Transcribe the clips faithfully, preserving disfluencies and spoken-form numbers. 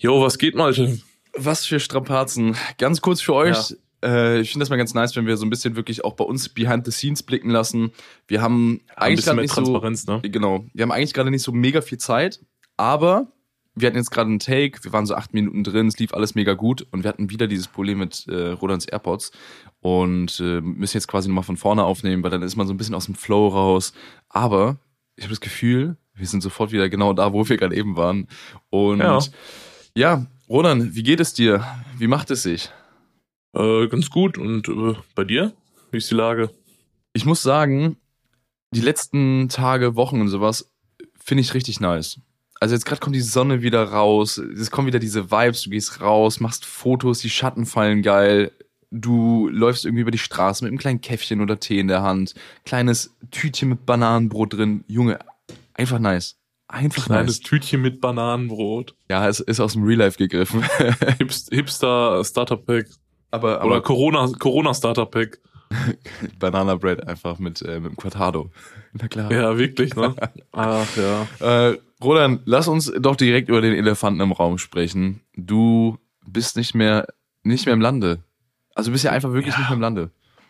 Jo, was geht, Malte? Was für Strapazen. Ganz kurz für euch. Ja. Äh, ich finde das mal ganz nice, wenn wir so ein bisschen wirklich auch bei uns behind the scenes blicken lassen. Wir haben Ja, eigentlich gerade mehr nicht Transparenz, so, ne? genau, wir haben eigentlich gerade nicht so mega viel Zeit, aber wir hatten jetzt gerade einen Take, wir waren so acht Minuten drin, es lief alles mega gut und wir hatten wieder dieses Problem mit äh, Rodans AirPods und äh, müssen jetzt quasi nochmal von vorne aufnehmen, weil dann ist man so ein bisschen aus dem Flow raus. Aber ich habe das Gefühl, wir sind sofort wieder genau da, wo wir gerade eben waren. Und Ja. ja, Rodan, wie geht es dir? Wie macht es sich? Äh, ganz gut. Und äh, bei dir? Wie ist die Lage? Ich muss sagen, die letzten Tage, Wochen und sowas finde ich richtig nice. Also jetzt gerade kommt die Sonne wieder raus, es kommen wieder diese Vibes, du gehst raus, machst Fotos, die Schatten fallen geil, du läufst irgendwie über die Straße mit einem kleinen Käffchen oder Tee in der Hand, kleines Tütchen mit Bananenbrot drin. Junge, einfach nice. Einfach Kleines nice. Tütchen mit Bananenbrot. Ja, es ist aus dem Real Life gegriffen. Hipst- Hipster Starter Pack. aber Oder aber Corona, Corona Starter Pack. Banana Bread einfach mit, äh, mit dem Cortado. Na klar. Ja, wirklich, ne? Ach ja. Äh, Roland, lass uns doch direkt über den Elefanten im Raum sprechen. Du bist nicht mehr, nicht mehr im Lande. Also du bist ja einfach wirklich Ja. nicht mehr im Lande.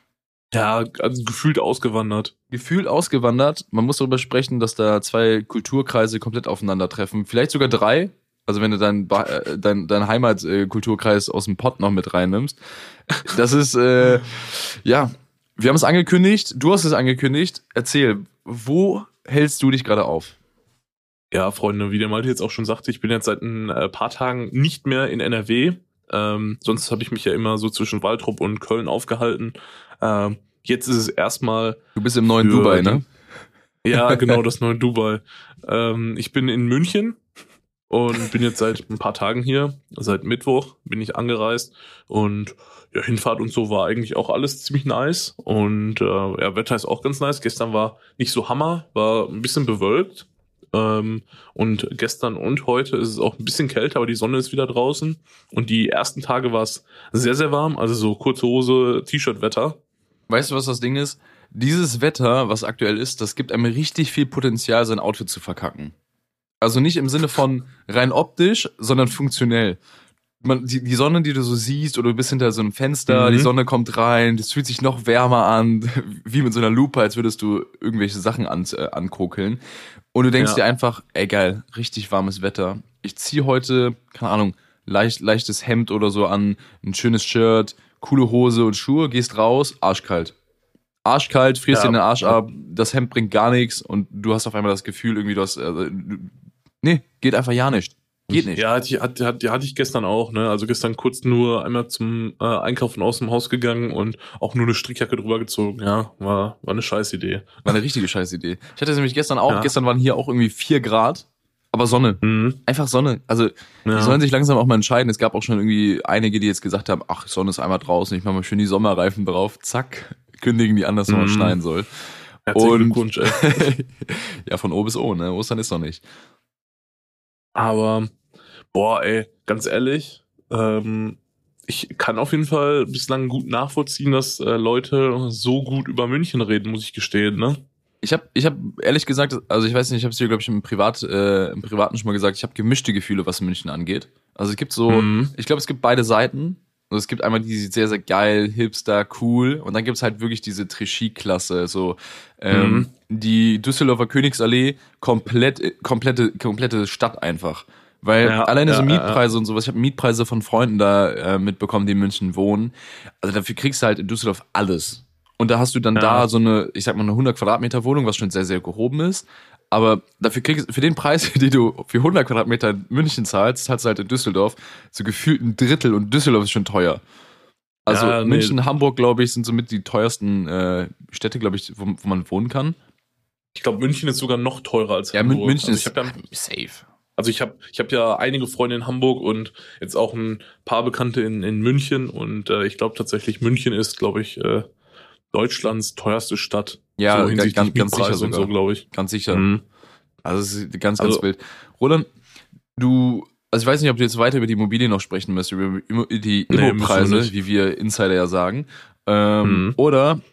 Ja, also gefühlt ausgewandert. Gefühlt ausgewandert. Man muss darüber sprechen, dass da zwei Kulturkreise komplett aufeinandertreffen. Vielleicht sogar drei. Also wenn du deinen ba- äh, dein, dein Heimatkulturkreis aus dem Pott noch mit reinnimmst. Das ist, äh, ja, wir haben es angekündigt. Du hast es angekündigt. Erzähl, wo hältst du dich gerade auf? Ja, Freunde, wie der Malte jetzt auch schon sagte, ich bin jetzt seit ein äh, paar Tagen nicht mehr in N R W. Ähm, sonst habe ich mich ja immer so zwischen Waltrop und Köln aufgehalten. Ähm, jetzt ist es erstmal... Du bist im neuen für Dubai, die- ne? Ja, genau, das neue Dubai. Ähm, ich bin in München und bin jetzt seit ein paar Tagen hier. Seit Mittwoch bin ich angereist und ja, Hinfahrt und so war eigentlich auch alles ziemlich nice. Und äh, ja, Wetter ist auch ganz nice. Gestern war nicht so Hammer, war ein bisschen bewölkt. Ähm, und gestern und heute ist es auch ein bisschen kälter, aber die Sonne ist wieder draußen. Und die ersten Tage war es sehr, sehr warm. Also so kurze Hose, T-Shirt-Wetter. Weißt du, was das Ding ist? Dieses Wetter, was aktuell ist, das gibt einem richtig viel Potenzial, sein Outfit zu verkacken. Also nicht im Sinne von rein optisch, sondern funktionell. Man, die, die Sonne, die du so siehst, oder du bist hinter so einem Fenster, Mhm. die Sonne kommt rein, das fühlt sich noch wärmer an, wie mit so einer Lupe, als würdest du irgendwelche Sachen an, äh, ankokeln. Und du denkst Ja. dir einfach, ey geil, richtig warmes Wetter. Ich ziehe heute, keine Ahnung, leicht, leichtes Hemd oder so an, ein schönes Shirt, coole Hose und Schuhe, gehst raus, arschkalt. Arschkalt, frierst Ja. dir den Arsch ab, das Hemd bringt gar nichts und du hast auf einmal das Gefühl, irgendwie du hast, äh, du, nee, geht einfach ja nicht. Geht nicht. Ja, die, hat, die, hat, die hatte ich gestern auch, ne? Also gestern kurz nur einmal zum äh, Einkaufen aus dem Haus gegangen und auch nur eine Strickjacke drüber gezogen. Ja, war, war eine scheiß Idee. War eine richtige Scheißidee. Ich hatte es nämlich gestern auch, Ja. gestern waren hier auch irgendwie vier Grad, aber Sonne. Mhm. Einfach Sonne. Also, Ja. die sollen sich langsam auch mal entscheiden. Es gab auch schon irgendwie einige, die jetzt gesagt haben, ach, Sonne ist einmal draußen, ich mach mal schön die Sommerreifen drauf, zack, kündigen die an, dass es mal Mhm. schneien soll. Herzlichen Und- Glückwunsch, ey. Ja, von O bis O, ne? Ostern ist noch nicht. Aber, boah, ey, ganz ehrlich, ähm, ich kann auf jeden Fall bislang gut nachvollziehen, dass äh, Leute so gut über München reden, muss ich gestehen, ne? Ich habe ich hab ehrlich gesagt, also ich weiß nicht, ich habe es dir, glaube ich, im, Privat, äh, im Privaten schon mal gesagt, ich habe gemischte Gefühle, was München angeht. Also es gibt so, Mhm. ich glaube, es gibt beide Seiten. Also es gibt einmal die sehr, sehr geil, hipster, cool. Und dann gibt's halt wirklich diese Trichy-Klasse. So, ähm, Mhm. die Düsseldorfer Königsallee, komplett, komplette, komplette Stadt einfach. Weil Ja, alleine so ja, ja, Mietpreise und sowas, ich habe Mietpreise von Freunden da äh, mitbekommen, die in München wohnen. Also dafür kriegst du halt in Düsseldorf alles. Und da hast du dann Ja. da so eine, ich sag mal, eine hundert Quadratmeter Wohnung, was schon sehr, sehr gehoben ist. Aber dafür kriegst für den Preis, den du für hundert Quadratmeter in München zahlst, zahlst du halt in Düsseldorf so gefühlt ein Drittel und Düsseldorf ist schon teuer. Also Ja, nee. München, Hamburg, glaube ich, sind somit die teuersten äh, Städte, glaube ich, wo, wo man wohnen kann. Ich glaube, München ist sogar noch teurer als Ja, Hamburg. Mün- München also ist ich hab ja, safe. Also ich habe ich hab ja einige Freunde in Hamburg und jetzt auch ein paar Bekannte in, in München und äh, ich glaube tatsächlich, München ist, glaube ich, äh, Deutschlands teuerste Stadt. Ja, so ganz- hinsichtlich ganz- ganz Mietpreise sicher und sogar. so, glaube ich. Ganz sicher. Mhm. Also es ist ganz, ganz Also- wild. Roland, du, also ich weiß nicht, ob du jetzt weiter über die Immobilien noch sprechen möchtest, über Immo- die Nee, müssen wir Immopreise, nicht. wie wir Insider ja sagen, ähm, Mhm. oder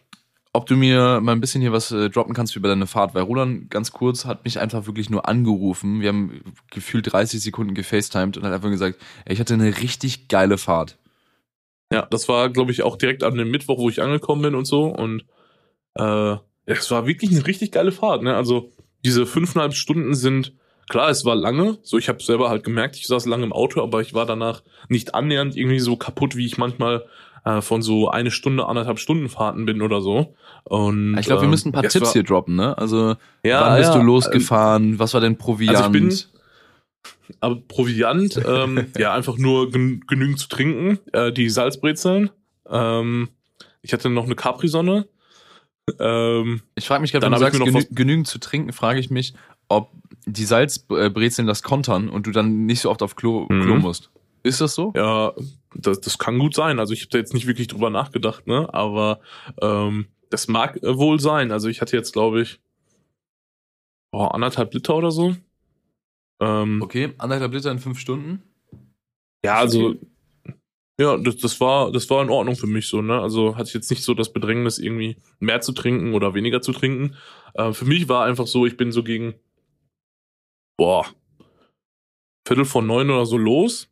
ob du mir mal ein bisschen hier was äh, droppen kannst über deine Fahrt, weil Roland ganz kurz hat mich einfach wirklich nur angerufen. Wir haben gefühlt dreißig Sekunden gefacetimed und hat einfach gesagt, ey, ich hatte eine richtig geile Fahrt. Ja, das war, glaube ich, auch direkt an dem Mittwoch, wo ich angekommen bin und so. Und äh, ja, es war wirklich eine richtig geile Fahrt. Ne? Also diese fünfeinhalb Stunden sind, klar, es war lange. So, ich habe selber halt gemerkt, ich saß lange im Auto, aber ich war danach nicht annähernd irgendwie so kaputt, wie ich manchmal äh, von so eine Stunde, anderthalb Stunden Fahrten bin oder so. Und ich glaube, wir ähm, müssen ein paar ja, es Tipps war- hier droppen, ne? Also, Ja, wann bist ja, du losgefahren? Was war denn Proviant? Also ich bin- Aber Proviant, ähm, ja, einfach nur gen genügend zu trinken. Äh, die Salzbrezeln. Ähm, ich hatte noch eine Capri-Sonne. Ähm, ich frage mich gerade, wenn dann du hab ich sagst, mir noch genü genügend zu trinken, frage ich mich, ob die Salzbrezeln das kontern und du dann nicht so oft auf Klo, Mhm. Klo musst. Ist das so? ja, das, das kann gut sein. Also ich habe da jetzt nicht wirklich drüber nachgedacht, ne? Aber ähm, das mag äh, wohl sein. Also ich hatte jetzt, glaube ich, boah, anderthalb Liter oder so. Ähm, Okay, anderthalb Liter in fünf Stunden. ja, ist also okay. ja, das, das war, das war in Ordnung für mich so, ne? Also hatte ich jetzt nicht so das Bedrängnis, irgendwie mehr zu trinken oder weniger zu trinken. Äh, für mich war einfach so, ich bin so gegen, boah, Viertel vor neun oder so los.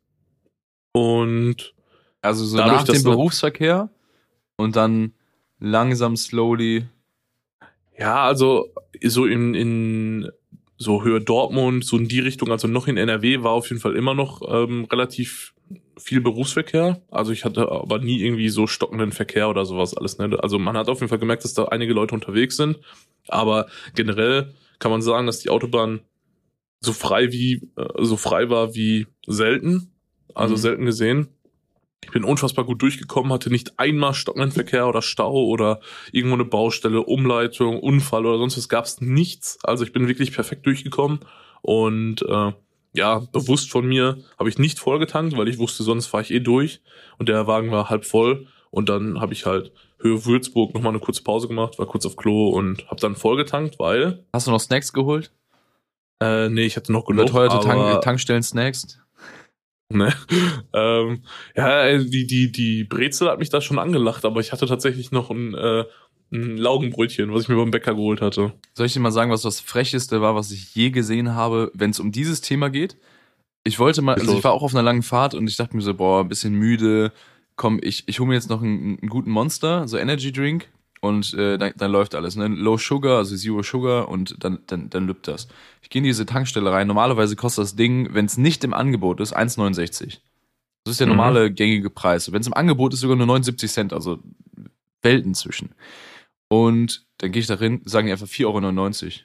Und Also so Dadurch, nach dass dem da- Berufsverkehr und dann langsam, slowly. ja, also so in, in so Höhe Dortmund, so in die Richtung, also noch in N R W war auf jeden Fall immer noch ähm, relativ viel Berufsverkehr. Also ich hatte aber nie irgendwie so stockenden Verkehr oder sowas alles. Ne? Also man hat auf jeden Fall gemerkt, dass da einige Leute unterwegs sind. Aber generell kann man sagen, dass die Autobahn so frei wie äh, so frei war wie selten. Also Mhm. selten gesehen. Ich bin unfassbar gut durchgekommen, hatte nicht einmal stockenden Verkehr oder Stau oder irgendwo eine Baustelle, Umleitung, Unfall oder sonst was, gab es nichts. Also ich bin wirklich perfekt durchgekommen und äh, ja, bewusst von mir habe ich nicht vollgetankt, weil ich wusste, sonst fahre ich eh durch und der Wagen war halb voll und dann habe ich halt Höhe Würzburg nochmal eine kurze Pause gemacht, war kurz auf Klo und habe dann vollgetankt, weil Hast du noch Snacks geholt? äh, nee, ich hatte noch genug, Überteuerte aber Tank Tankstellen-Snacks? Ne? ähm, ja, ey, die, die, die Brezel hat mich da schon angelacht, aber ich hatte tatsächlich noch ein, äh, ein Laugenbrötchen, was ich mir beim Bäcker geholt hatte. Soll ich dir mal sagen, was das Frecheste war, was ich je gesehen habe, wenn es um dieses Thema geht? Ich wollte mal, Ist also ich los. war auch auf einer langen Fahrt und ich dachte mir so, boah, ein bisschen müde. Komm, ich, ich hole mir jetzt noch einen, einen guten Monster, so Energy Drink und äh, dann, dann läuft alles. Ne? Low Sugar, also Zero Sugar und dann, dann, dann lübt das. Ich gehe in diese Tankstelle rein. Normalerweise kostet das Ding, wenn es nicht im Angebot ist, eins neunundsechzig. Das ist der Mhm. normale gängige Preis. Wenn es im Angebot ist, sogar nur neunundsiebzig Cent, also Welten zwischen. Und dann gehe ich da rein, sagen die einfach vier Euro neunundneunzig.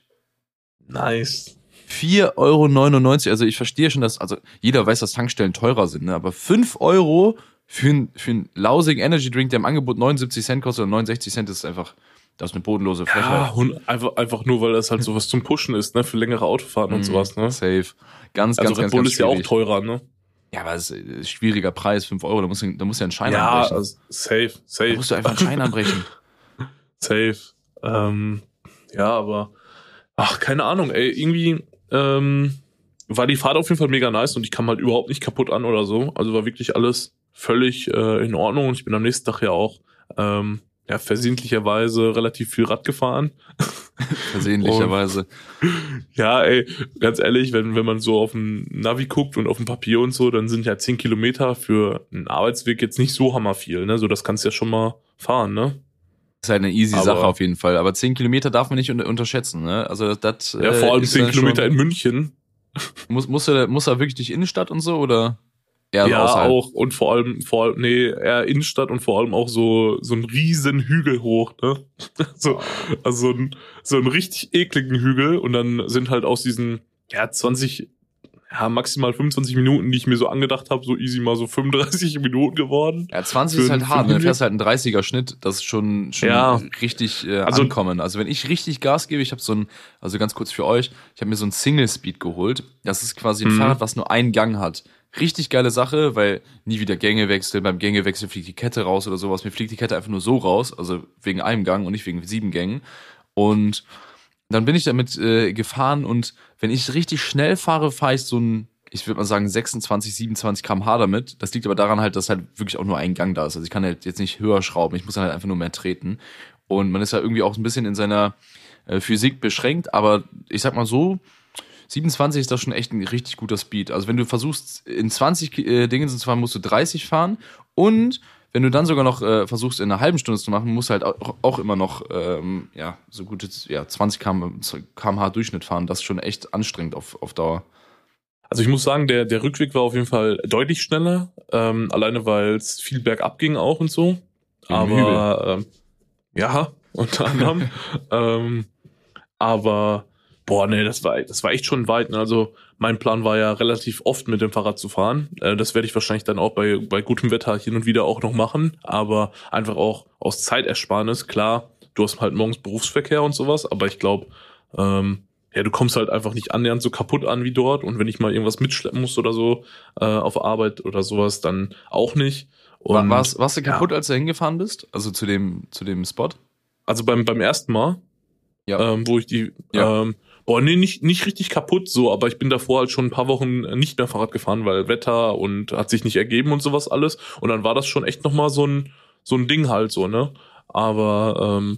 Nice. vier Euro neunundneunzig, also ich verstehe schon, dass, also jeder weiß, dass Tankstellen teurer sind, ne? Aber fünf Euro für, ein, für einen lausigen Energy Drink, der im Angebot neunundsiebzig Cent kostet oder neunundsechzig Cent, ist einfach, das ist eine bodenlose Ja, Frechheit. und einfach, einfach nur, weil das halt sowas zum Pushen ist, ne, für längere Autofahrten und Mhm, sowas, ne? Safe. Ganz, Also ganz, Red ganz, Bull ganz ist ja auch schwierig. teurer, ne? Ja, aber es ist ein schwieriger Preis, fünf Euro, da musst du, da musst du ja einen Schein Ja, anbrechen. also safe, Da safe, musst du einfach einen Schein anbrechen. safe. Ähm, ja, aber ach, keine Ahnung, ey, irgendwie ähm, war die Fahrt auf jeden Fall mega nice und ich kam halt überhaupt nicht kaputt an oder so. Also war wirklich alles völlig äh, in Ordnung und ich bin am nächsten Tag ja auch ähm, ja, versehentlicherweise relativ viel Rad gefahren. Versehentlicherweise. Ja, ey, ganz ehrlich, wenn, wenn man so auf dem Navi guckt und auf dem Papier und so, dann sind ja zehn Kilometer für einen Arbeitsweg jetzt nicht so hammer viel, ne? So, das kannst du ja schon mal fahren, ne? Ist halt eine easy Aber- Sache auf jeden Fall. Aber zehn Kilometer darf man nicht unter unterschätzen, ne? Also das Ja, vor allem ist zehn dann Kilometer schon, in München. muss, muss, er, muss er wirklich durch Innenstadt und so oder eher Ja, außerhalb? auch. Und vor allem, vor allem, nee, eher Innenstadt und vor allem auch so, so einen riesen Hügel hoch, ne? So, also so ein, so einen richtig ekligen Hügel und dann sind halt aus diesen, ja, zwanzig, ja, maximal fünfundzwanzig Minuten, die ich mir so angedacht habe, so easy mal so fünfunddreißig Minuten geworden. Ja, zwanzig Für ist halt einen- hart, für ne? einen Du fährst halt einen dreißiger Schnitt, das ist schon, schon Ja. richtig äh, Also- ankommen. Also wenn ich richtig Gas gebe, ich habe so ein, also ganz kurz für euch, ich habe mir so ein Single Speed geholt. Das ist quasi ein Mhm. Fahrrad, was nur einen Gang hat. Richtig geile Sache, weil nie wieder Gänge wechseln. Beim Gängewechsel fliegt die Kette raus oder sowas. Mir fliegt die Kette einfach nur so raus, also wegen einem Gang und nicht wegen sieben Gängen. Und dann bin ich damit äh, gefahren und wenn ich richtig schnell fahre, fahre ich so ein, ich würde mal sagen, sechsundzwanzig, siebenundzwanzig Kilometer pro Stunde damit. Das liegt aber daran halt, dass halt wirklich auch nur ein Gang da ist. Also ich kann halt jetzt nicht höher schrauben, ich muss dann halt einfach nur mehr treten. Und man ist ja irgendwie auch ein bisschen in seiner äh, Physik beschränkt, aber ich sag mal so, siebenundzwanzig ist das schon echt ein richtig guter Speed. Also wenn du versuchst, in zwanzig äh, Dingen zu fahren, musst du dreißig fahren. Und wenn du dann sogar noch äh, versuchst, in einer halben Stunde zu machen, musst du halt auch, auch immer noch ähm, ja, so gute ja, zwanzig Kilometer pro Stunde Durchschnitt fahren. Das ist schon echt anstrengend auf, auf Dauer. Also ich muss sagen, der, der Rückweg war auf jeden Fall deutlich schneller. Ähm, alleine, weil es viel bergab ging auch und so. Aber ähm, ja, unter anderem. ähm, aber boah, nee, das war, das war echt schon weit. Ne? Also mein Plan war ja relativ oft mit dem Fahrrad zu fahren. Äh, das werde ich wahrscheinlich dann auch bei, bei gutem Wetter hin und wieder auch noch machen. Aber einfach auch aus Zeitersparnis. Klar, du hast halt morgens Berufsverkehr und sowas. Aber ich glaube, ähm, ja, du kommst halt einfach nicht annähernd so kaputt an wie dort. Und wenn ich mal irgendwas mitschleppen muss oder so äh, auf Arbeit oder sowas, dann auch nicht. Und, War, warst, warst du kaputt, ja. als du hingefahren bist? Also zu dem, zu dem Spot? Also beim, beim ersten Mal, Ja. ähm, wo ich die... Ja. Ähm, Boah, nee, nicht, nicht richtig kaputt so, aber ich bin davor halt schon ein paar Wochen nicht mehr Fahrrad gefahren, weil Wetter und hat sich nicht ergeben und sowas alles. Und dann war das schon echt nochmal so ein, so ein Ding halt so, ne? Aber ähm,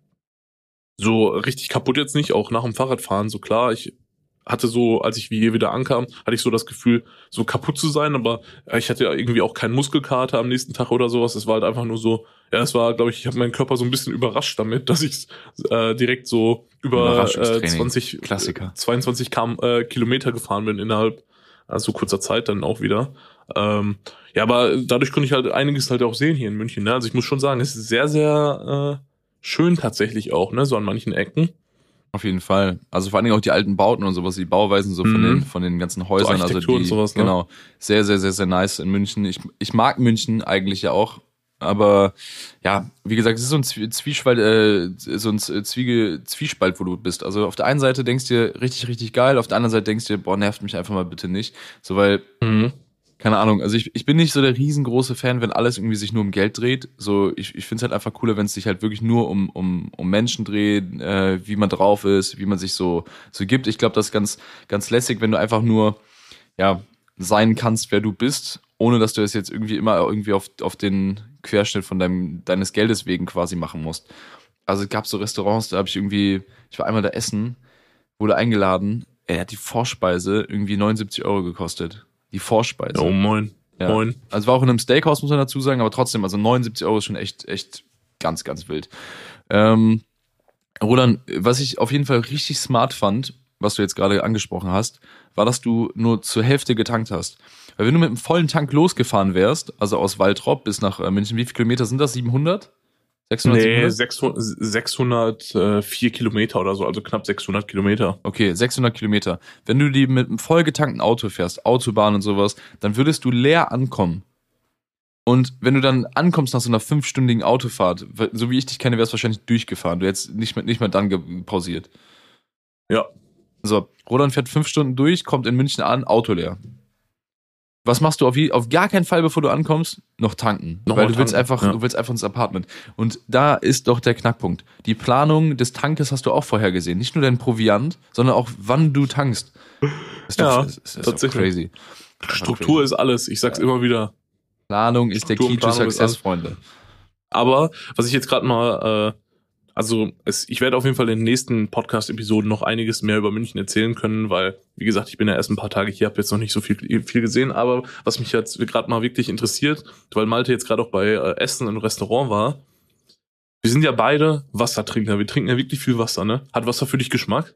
so richtig kaputt jetzt nicht, auch nach dem Fahrradfahren, so klar, ich hatte so, als ich wie hier wieder ankam, hatte ich so das Gefühl, so kaputt zu sein, aber ich hatte ja irgendwie auch keinen Muskelkater am nächsten Tag oder sowas. Es war halt einfach nur so, ja, es war, glaube ich, ich habe meinen Körper so ein bisschen überrascht damit, dass ich äh, direkt so über äh, zwanzig, Klassiker. zweiundzwanzig Kilometer, äh, Kilometer gefahren bin innerhalb also kurzer Zeit dann auch wieder. Ähm, ja, aber dadurch konnte ich halt einiges halt auch sehen hier in München. Ne? Also ich muss schon sagen, es ist sehr, sehr äh, schön tatsächlich auch, ne, so an manchen Ecken. Auf jeden Fall. Also vor allen Dingen auch die alten Bauten und sowas, die Bauweisen so von Mhm. den von den ganzen Häusern, So also Architektur die, und sowas, ne? genau, sehr sehr sehr sehr nice in München. Ich ich mag München eigentlich ja auch, aber ja, wie gesagt, es ist so ein Zwie- Zwiespalt, äh, so ein Zwiege, Zwiespalt, wo du bist. Also auf der einen Seite denkst du dir richtig richtig geil, auf der anderen Seite denkst du dir, boah, nervt mich einfach mal bitte nicht, so weil Mhm. keine Ahnung, also ich, ich bin nicht so der riesengroße Fan, wenn alles irgendwie sich nur um Geld dreht. So, ich, ich finde es halt einfach cooler, wenn es sich halt wirklich nur um, um, um Menschen dreht, äh, wie man drauf ist, wie man sich so, so gibt. Ich glaube, das ist ganz, ganz lässig, wenn du einfach nur, ja, sein kannst, wer du bist, ohne dass du es jetzt irgendwie immer irgendwie auf, auf den Querschnitt von deinem, deines Geldes wegen quasi machen musst. Also es gab so Restaurants, da habe ich irgendwie, ich war einmal da essen, wurde eingeladen, er hat die Vorspeise irgendwie neunundsiebzig Euro gekostet. Die Vorspeise. Oh, moin. Ja. Moin. Also war auch in einem Steakhouse, muss man dazu sagen, aber trotzdem, also neunundsiebzig Euro ist schon echt, echt ganz, ganz wild. Ähm, Roland, was ich auf jeden Fall richtig smart fand, was du jetzt gerade angesprochen hast, war, dass du nur zur Hälfte getankt hast. Weil wenn du mit einem vollen Tank losgefahren wärst, also aus Waltrop bis nach äh, München, wie viele Kilometer sind das? siebenhundert? sechshundert, Nee, siebenhundert? sechshundertvier Kilometer oder so, also knapp sechshundert Kilometer. Okay, sechshundert Kilometer. Wenn du die mit einem vollgetankten Auto fährst, Autobahn und sowas, dann würdest du leer ankommen. Und wenn du dann ankommst nach so einer fünfstündigen Autofahrt, so wie ich dich kenne, wärst du wahrscheinlich durchgefahren. Du hättest nicht mehr, nicht mehr dann ge- pausiert. Ja. So, Roland fährt fünf Stunden durch, kommt in München an, Auto leer. Was machst du auf, je, auf gar keinen Fall, bevor du ankommst? Noch tanken. Noch Weil mal du willst tanken, einfach, ja. du willst einfach ins Apartment. Und da ist doch der Knackpunkt. Die Planung des Tankes hast du auch vorher gesehen. Nicht nur dein Proviant, sondern auch wann du tankst. Ist Ja, ist, ist tatsächlich. Doch crazy. Struktur ist alles, ich sag's immer wieder. Planung ist der Struktur Key und to Planung ist Success, alles. Freunde. Aber was ich jetzt gerade mal, äh, also es, ich werde auf jeden Fall in den nächsten Podcast-Episoden noch einiges mehr über München erzählen können, weil, wie gesagt, ich bin ja erst ein paar Tage hier, habe jetzt noch nicht so viel, viel gesehen, aber was mich jetzt gerade mal wirklich interessiert, weil Malte jetzt gerade auch bei äh, Essen im Restaurant war, wir sind ja beide Wassertrinker, wir trinken ja wirklich viel Wasser, ne? Hat Wasser für dich Geschmack?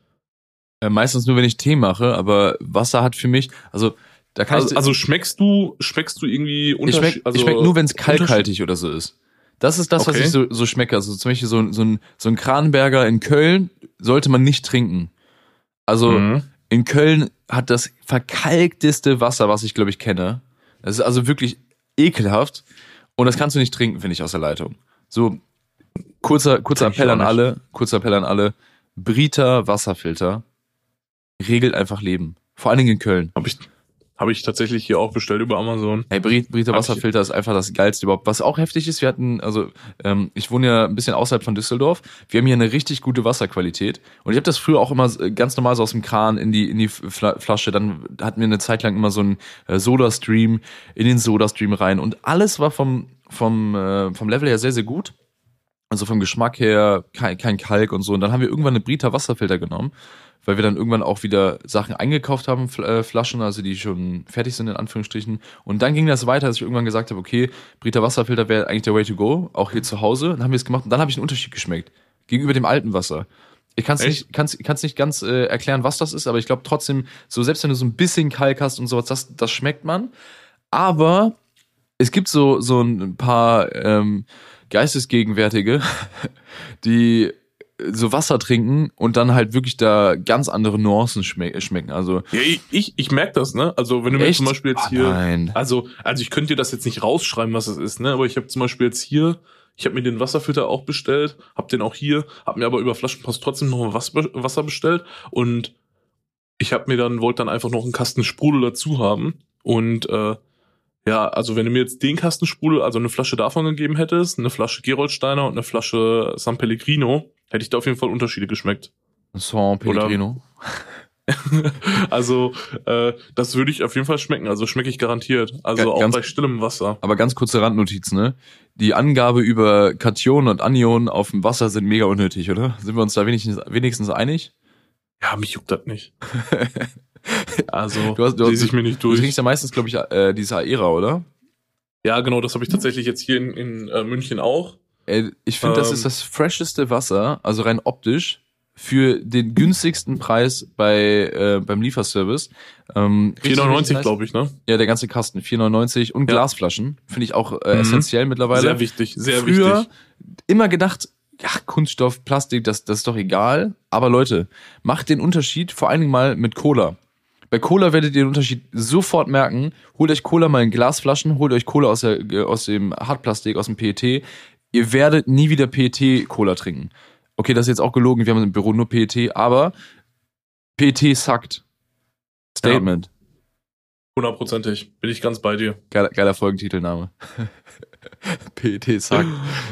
Äh, meistens nur, wenn ich Tee mache, aber Wasser hat für mich, also da kann Also, ich, also schmeckst du, schmeckst du irgendwie ich Unterschied? schmeck, also ich schmeck nur, wenn es Unterschied- kalkhaltig oder so ist. Das ist das, was Okay. ich so, so schmecke. Also zum Beispiel so, so, ein, so ein Kranberger in Köln sollte man nicht trinken. Also Mhm. in Köln hat das verkalkteste Wasser, was ich glaube ich kenne. Das ist also wirklich ekelhaft. Und das kannst du nicht trinken, finde ich, aus der Leitung. So, kurzer, kurzer Trink ich Appell auch an nicht. alle, kurzer Appell an alle. Brita Wasserfilter regelt einfach Leben. Vor allen Dingen in Köln. Habe ich, hab ich tatsächlich hier auch bestellt über Amazon. Hey, Brit- Brita Hab ich- Wasserfilter ist einfach das Geilste überhaupt. Was auch heftig ist, wir hatten, also ähm, ich wohne ja ein bisschen außerhalb von Düsseldorf. Wir haben hier eine richtig gute Wasserqualität. Und ich habe das früher auch immer äh, ganz normal so aus dem Kran in die in die Fla- Flasche. Dann hatten wir eine Zeit lang immer so einen äh, Soda-Stream in den Soda-Stream rein. Und alles war vom vom äh, vom Level her sehr sehr gut. Also vom Geschmack her kein, kein Kalk und so. Und dann haben wir irgendwann eine Brita Wasserfilter genommen, weil wir dann irgendwann auch wieder Sachen eingekauft haben, Fl- äh, Flaschen, also die schon fertig sind in Anführungsstrichen. Und dann ging das weiter, dass ich irgendwann gesagt habe, okay, Brita Wasserfilter wäre eigentlich der Way to go, auch hier zu Hause. Dann haben wir es gemacht und dann habe ich einen Unterschied geschmeckt gegenüber dem alten Wasser. Ich kann es Echt? nicht, kann's, kann's nicht ganz äh, erklären, was das ist, aber ich glaube trotzdem, so selbst wenn du so ein bisschen Kalk hast und sowas, das, das schmeckt man. Aber es gibt so, so ein paar ähm, Geistesgegenwärtige, die so Wasser trinken und dann halt wirklich da ganz andere Nuancen schme- schmecken. Also Ja, ich, ich, ich merke das, ne? Also wenn du mir echt? zum Beispiel jetzt Ah, hier, nein. also, also ich könnte dir das jetzt nicht rausschreiben, was es ist, ne? Aber ich habe zum Beispiel jetzt hier, ich habe mir den Wasserfilter auch bestellt, habe den auch hier, habe mir aber über Flaschenpost trotzdem noch was, Wasser bestellt und ich habe mir dann, wollte dann einfach noch einen Kasten Sprudel dazu haben und äh, ja, also wenn du mir jetzt den Kasten Sprudel, also eine Flasche davon gegeben hättest, eine Flasche Geroldsteiner und eine Flasche San Pellegrino, hätte ich da auf jeden Fall Unterschiede geschmeckt. San Pellegrino. Also, äh, das würde ich auf jeden Fall schmecken. Also schmecke ich garantiert. Also Ga- auch ganz- bei stillem Wasser. Aber ganz kurze Randnotiz, ne? Die Angabe über Kationen und Anionen auf dem Wasser sind mega unnötig, oder? Sind wir uns da wenigstens, wenigstens einig? Ja, mich juckt das nicht. Also, Du hast- du hast- lese ich mir nicht Du durch. trinkst ja meistens, glaube ich, äh, dieses Aera, oder? Ja, genau, das habe ich tatsächlich jetzt hier in, in äh, München auch. Ey, ich finde, das Ähm. ist das fresheste Wasser, also rein optisch, für den günstigsten Preis bei äh, beim Lieferservice. Ähm, vier neunundneunzig, glaube ich, ne? Ja, der ganze Kasten, vier neunundneunzig und Ja. Glasflaschen, finde ich auch äh, Mhm. essentiell mittlerweile. Sehr wichtig, sehr Früher wichtig. immer gedacht, ja, Kunststoff, Plastik, das, das ist doch egal. Aber Leute, macht den Unterschied vor allen Dingen mal mit Cola. Bei Cola werdet ihr den Unterschied sofort merken. Holt euch Cola mal in Glasflaschen, holt euch Cola aus, der, äh, aus dem Hartplastik, aus dem P E T. Ihr werdet nie wieder P E T-Cola trinken. Okay, das ist jetzt auch gelogen, wir haben im Büro nur P E T, aber P E T suckt. Statement. Hundertprozentig. Bin ich ganz bei dir. Geiler, geiler Folgentitelname. P E T suckt.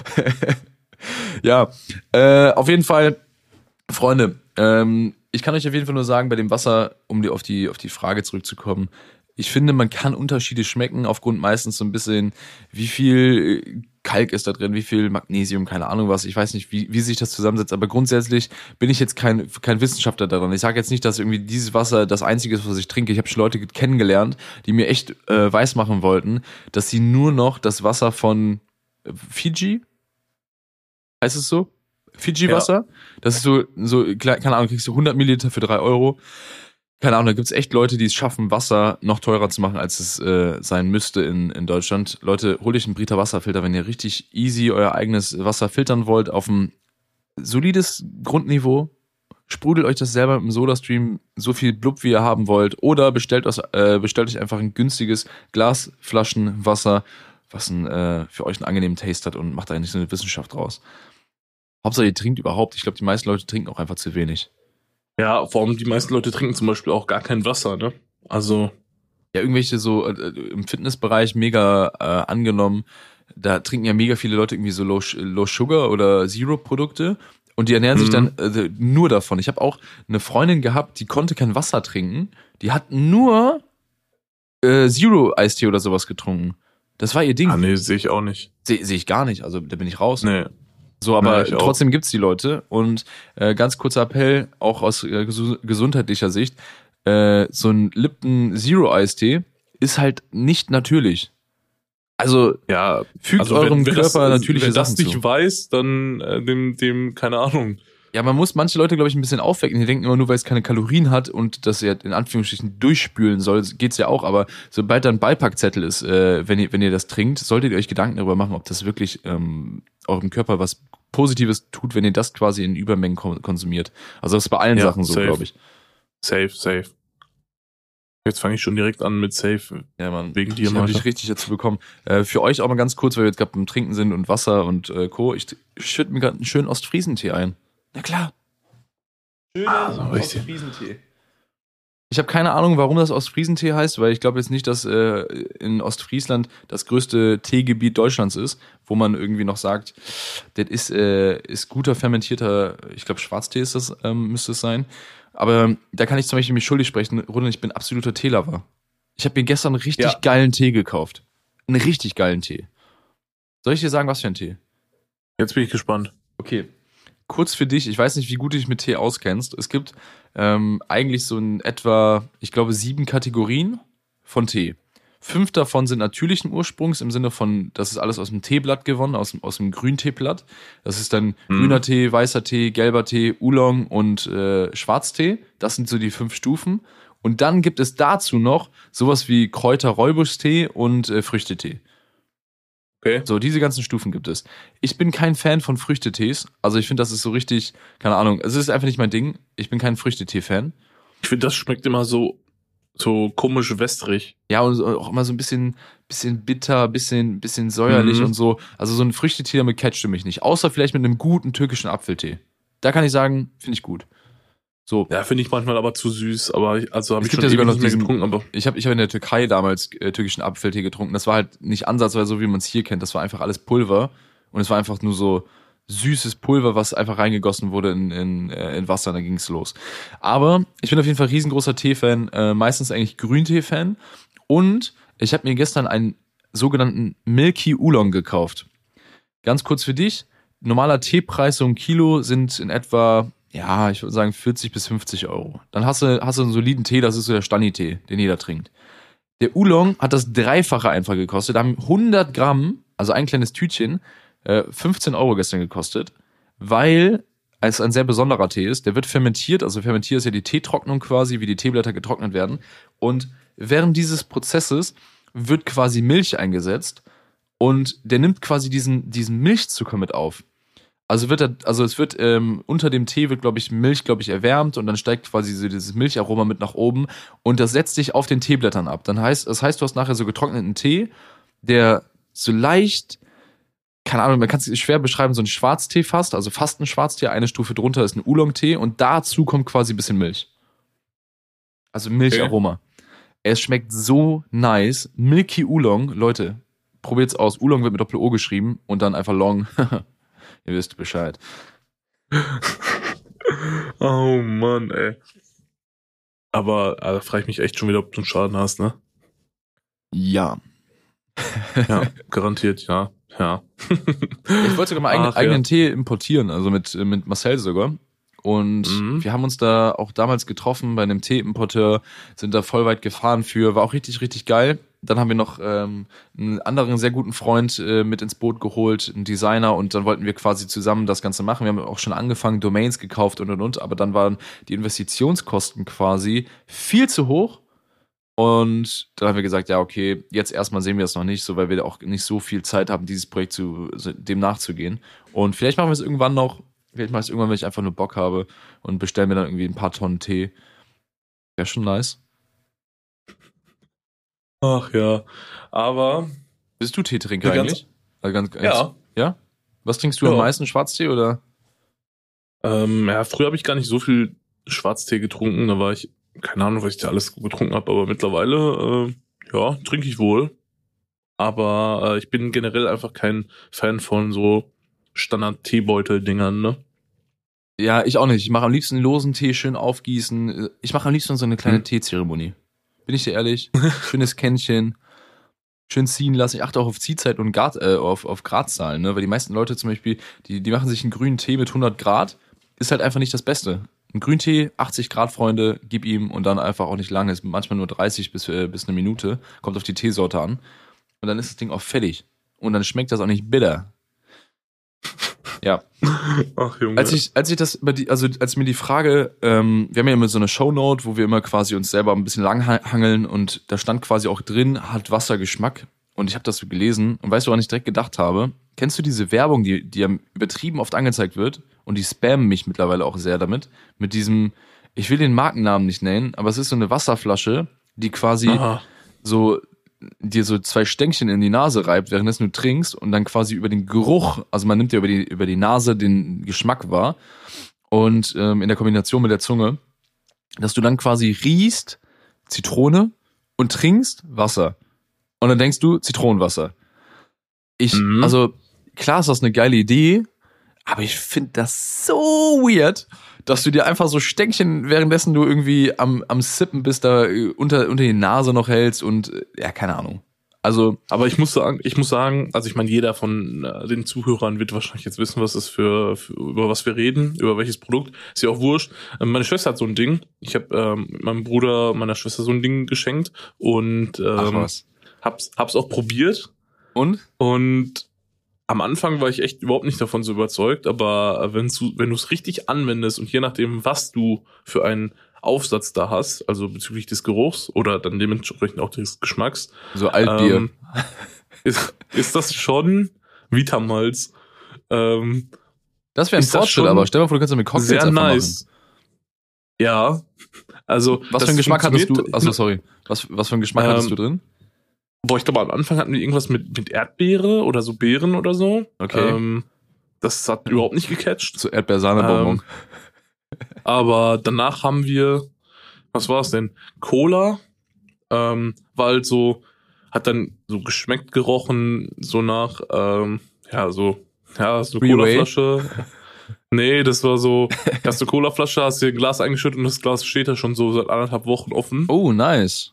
Ja, äh, auf jeden Fall, Freunde, ähm, ich kann euch auf jeden Fall nur sagen, bei dem Wasser, um die, auf, die, auf die Frage zurückzukommen, ich finde, man kann Unterschiede schmecken, aufgrund meistens so ein bisschen, wie viel Kalk ist da drin, wie viel Magnesium, keine Ahnung was. Ich weiß nicht, wie, wie sich das zusammensetzt, aber grundsätzlich bin ich jetzt kein, kein Wissenschaftler daran. Ich sage jetzt nicht, dass irgendwie dieses Wasser das Einzige ist, was ich trinke. Ich habe schon Leute kennengelernt, die mir echt äh, weismachen wollten, dass sie nur noch das Wasser von Fiji, heißt es so? Fiji-Wasser? Das ist so, so, keine Ahnung, kriegst du hundert Milliliter für drei Euro. Keine Ahnung, da gibt's echt Leute, die es schaffen, Wasser noch teurer zu machen, als es äh, sein müsste in, in Deutschland. Leute, holt euch einen Brita Wasserfilter, wenn ihr richtig easy euer eigenes Wasser filtern wollt, auf ein solides Grundniveau. Sprudelt euch das selber mit dem Sodastream so viel Blub, wie ihr haben wollt. Oder bestellt, aus, äh, bestellt euch einfach ein günstiges Glasflaschenwasser, was ein, äh, für euch einen angenehmen Taste hat und macht da nicht so eine Wissenschaft draus. Hauptsache ihr trinkt überhaupt. Ich glaube, die meisten Leute trinken auch einfach zu wenig. Ja, vor allem die meisten Leute trinken zum Beispiel auch gar kein Wasser, ne? Also, Ja, irgendwelche so äh, im Fitnessbereich mega äh, angenommen. Da trinken ja mega viele Leute irgendwie so Low, Low Sugar oder Zero Produkte und die ernähren sich Mhm. dann äh, nur davon. Ich habe auch eine Freundin gehabt, die konnte kein Wasser trinken. Die hat nur äh, Zero Eistee oder sowas getrunken. Das war ihr Ding. ah, nee, sehe ich auch nicht. Sehe seh ich gar nicht. Also da bin ich raus. Nee. So, aber Ja, ich auch. trotzdem gibt's die Leute. Und äh, ganz kurzer Appell, auch aus äh, gesu- gesundheitlicher Sicht, äh, so ein Lipton Zero Eistee ist halt nicht natürlich. Also Ja, fügt also eurem wer Körper das, natürliche wer das Sachen nicht zu. weiß, dann äh, dem, dem, keine Ahnung. Ja, man muss manche Leute, glaube ich, ein bisschen aufwecken. Die denken immer nur, weil es keine Kalorien hat und das ja in Anführungsstrichen durchspülen soll, geht's ja auch. Aber sobald da ein Beipackzettel ist, äh, wenn ihr wenn ihr das trinkt, solltet ihr euch Gedanken darüber machen, ob das wirklich ähm, eurem Körper was Positives tut, wenn ihr das quasi in Übermengen kon- konsumiert. Also das ist bei allen Ja, Sachen so, safe. glaube ich. Safe, safe. Jetzt fange ich schon direkt an mit Safe. Ja, Mann. Wegen dir, Ich habe Malte. dich richtig dazu bekommen. Äh, für euch auch mal ganz kurz, weil wir jetzt gerade beim Trinken sind und Wasser und äh, Co. Ich schütte mir gerade einen schönen Ostfriesentee ein. Na klar. Schönen Ah, so richtig. Ostfriesentee. Ich habe keine Ahnung, warum das Ostfriesentee heißt, weil ich glaube jetzt nicht, dass äh, in Ostfriesland das größte Teegebiet Deutschlands ist, wo man irgendwie noch sagt, das ist, äh, ist guter fermentierter, ich glaube Schwarztee ist das, ähm, müsste es sein. Aber da kann ich zum Beispiel mich schuldig sprechen, Runde, ich bin absoluter Teelover. Ich habe mir gestern einen richtig Ja. geilen Tee gekauft. Einen richtig geilen Tee. Soll ich dir sagen, was für ein Tee? Jetzt bin ich gespannt. Okay. Kurz für dich, ich weiß nicht, wie gut du dich mit Tee auskennst. Es gibt ähm, eigentlich so in etwa, ich glaube, sieben Kategorien von Tee. Fünf davon sind natürlichen Ursprungs im Sinne von, das ist alles aus dem Teeblatt gewonnen, aus, dem- aus dem Grünteeblatt. Das ist dann Mhm. grüner Tee, weißer Tee, gelber Tee, Oolong und äh, Schwarztee. Das sind so die fünf Stufen. Und dann gibt es dazu noch sowas wie Kräuter-Räubusch-Tee und äh, Früchtetee. Okay. So, diese ganzen Stufen gibt es. Ich bin kein Fan von Früchtetees. Also ich finde, das ist so richtig, keine Ahnung, es ist einfach nicht mein Ding. Ich bin kein Früchtetee-Fan. Ich finde, das schmeckt immer so, so komisch wässrig. Ja, und so- auch immer so ein bisschen, bisschen bitter, bisschen, bisschen säuerlich Mhm. und so. Also so ein Früchtetee, damit catcht du mich nicht. Außer vielleicht mit einem guten türkischen Apfeltee. Da kann ich sagen, finde ich gut. So, Ja, finde ich manchmal aber zu süß. Aber ich, also habe Es ich gibt schon ja sogar ewig noch nicht mehr diesen- getrunken. Aber ich habe ich hab in der Türkei damals äh, türkischen Apfeltee getrunken. Das war halt nicht ansatzweise so, wie man es hier kennt. Das war einfach alles Pulver. Und es war einfach nur so süßes Pulver, was einfach reingegossen wurde in, in, äh, in Wasser. Und dann ging es los. Aber ich bin auf jeden Fall riesengroßer Tee-Fan. Äh, meistens eigentlich Grüntee-Fan. Und ich habe mir gestern einen sogenannten Milky Oolong gekauft. Ganz kurz für dich. Normaler Teepreis so ein Kilo sind in etwa, ja, ich würde sagen vierzig bis fünfzig Euro. Dann hast du, hast du einen soliden Tee, das ist so der Stani-Tee, den jeder trinkt. Der Oolong hat das Dreifache einfach gekostet. Da haben hundert Gramm, also ein kleines Tütchen, äh, fünfzehn Euro gestern gekostet, weil es ein sehr besonderer Tee ist. Der wird fermentiert, also fermentiert ist ja die Teetrocknung quasi, wie die Teeblätter getrocknet werden. Und während dieses Prozesses wird quasi Milch eingesetzt und der nimmt quasi diesen, diesen Milchzucker mit auf. Also wird er, also es wird ähm, unter dem Tee wird, glaube ich, Milch, glaube ich, erwärmt und dann steigt quasi so dieses Milcharoma mit nach oben und das setzt sich auf den Teeblättern ab. Dann heißt, das heißt, du hast nachher so getrockneten Tee, der so leicht, keine Ahnung, man kann es schwer beschreiben, so ein Schwarztee fast, also fast ein Schwarztee, eine Stufe drunter ist ein Oolong-Tee und dazu kommt quasi ein bisschen Milch. Also Milcharoma. Es schmeckt so nice. Milky Oolong, Leute, probiert's aus. Oolong wird mit Doppel-O geschrieben und dann einfach Long. Ihr wisst Bescheid. oh Mann, ey. Aber äh, da frage ich mich echt schon wieder, ob du einen Schaden hast, ne? Ja. Ja, garantiert, ja. Ja. Ich wollte sogar mal eigenen, Ach, ja. eigenen Tee importieren, also mit, mit Marcel sogar. Und Mhm. wir haben uns da auch damals getroffen bei einem Teeimporteur, sind da voll weit gefahren für, war auch richtig, richtig geil. Dann haben wir noch ähm, einen anderen sehr guten Freund äh, mit ins Boot geholt, einen Designer, und dann wollten wir quasi zusammen das Ganze machen. Wir haben auch schon angefangen, Domains gekauft und und und, aber dann waren die Investitionskosten quasi viel zu hoch. Und dann haben wir gesagt, ja, okay, jetzt erstmal sehen wir es noch nicht, so, weil wir auch nicht so viel Zeit haben, dieses Projekt zu, so, dem nachzugehen. Und vielleicht machen wir es irgendwann noch, vielleicht mache ich es irgendwann, wenn ich einfach nur Bock habe und bestellen mir dann irgendwie ein paar Tonnen Tee. Wäre schon nice. Ach ja. Aber, Bist du Teetrinker Ja, ganz- eigentlich? Also ganz, ja. Ja? Was trinkst du Ja. am meisten? Schwarztee oder? Ähm, ja, früher habe ich gar nicht so viel Schwarztee getrunken. Da war ich, keine Ahnung, was ich da alles getrunken habe, aber mittlerweile, äh, ja, trinke ich wohl. Aber äh, ich bin generell einfach kein Fan von so Standard-Teebeutel-Dingern, ne? Ja, ich auch nicht. Ich mache am liebsten losen Tee schön aufgießen. Ich mache am liebsten so eine kleine Hm. Teezeremonie. Bin ich dir ehrlich? Schönes Kännchen. Schön ziehen lassen. Ich achte auch auf Ziehzeit und Grad, äh, auf, auf Gradzahlen, ne? Weil die meisten Leute zum Beispiel, die, die machen sich einen grünen Tee mit hundert Grad. Ist halt einfach nicht das Beste. Ein Grüntee, achtzig Grad, Freunde, gib ihm, und dann einfach auch nicht lange. Ist manchmal nur dreißig bis, äh, bis eine Minute. Kommt auf die Teesorte an. Und dann ist das Ding auch fertig. Und dann schmeckt das auch nicht bitter. Ja. Ach, Junge. Als ich, als ich das über die, also als mir die Frage, ähm, wir haben ja immer so eine Shownote, wo wir immer quasi uns selber ein bisschen langhangeln, und da stand quasi auch drin, hat Wassergeschmack. Und ich habe das so gelesen und weißt du, woran ich direkt gedacht habe? Kennst du diese Werbung, die, die ja übertrieben oft angezeigt wird, und die spammen mich mittlerweile auch sehr damit, mit diesem, ich will den Markennamen nicht nennen, aber es ist so eine Wasserflasche, die quasi Aha. so dir so zwei Stänkchen in die Nase reibt, währenddessen du trinkst, und dann quasi über den Geruch, also man nimmt ja über die, über die Nase den Geschmack wahr, und ähm, in der Kombination mit der Zunge, dass du dann quasi riechst Zitrone und trinkst Wasser. Und dann denkst du Zitronenwasser. Ich, Mhm. also klar ist das eine geile Idee, aber ich finde das so weird, dass du dir einfach so Stänkchen, währenddessen du irgendwie am, am Sippen bist, da äh, unter, unter die Nase noch hältst und, äh, ja, keine Ahnung. Also, Aber ich muss sagen, ich muss sagen, also ich meine, jeder von äh, den Zuhörern wird wahrscheinlich jetzt wissen, was es für, für über was wir reden, über welches Produkt. Ist ja auch wurscht. Ähm, meine Schwester hat so ein Ding. Ich habe ähm, meinem Bruder, meiner Schwester so ein Ding geschenkt und ähm, ach was. hab's, hab's auch probiert. Und? Und am Anfang war ich echt überhaupt nicht davon so überzeugt, aber wenn du wenn du es richtig anwendest und je nachdem, was du für einen Aufsatz da hast, also bezüglich des Geruchs oder dann dementsprechend auch des Geschmacks, So Altbier. ähm, ist, ist das schon Vitamalz. Ähm, Das wäre ein ist das Fortschritt, schon aber stell dir mal vor, du kannst damit Cocktails sehr einfach nice. Ja, also machen. Was das für einen Geschmack hattest du? funktioniert- Achso, sorry. Was, was für einen Geschmack Ähm, hattest du drin? Boah, ich glaube, am Anfang hatten wir irgendwas mit, mit Erdbeere oder so Beeren oder so. Okay. Ähm, das hat überhaupt nicht gecatcht. So Erdbeersahne-Bonbon. Aber danach haben wir, was war es denn? Cola, ähm, war halt so, hat dann so geschmeckt gerochen, so nach, ähm, ja, so, ja, so eine Freeway? Colaflasche. Nee, das war so, hast du Colaflasche, hast dir ein Glas eingeschüttet und das Glas steht da schon so seit anderthalb Wochen offen. Oh, nice.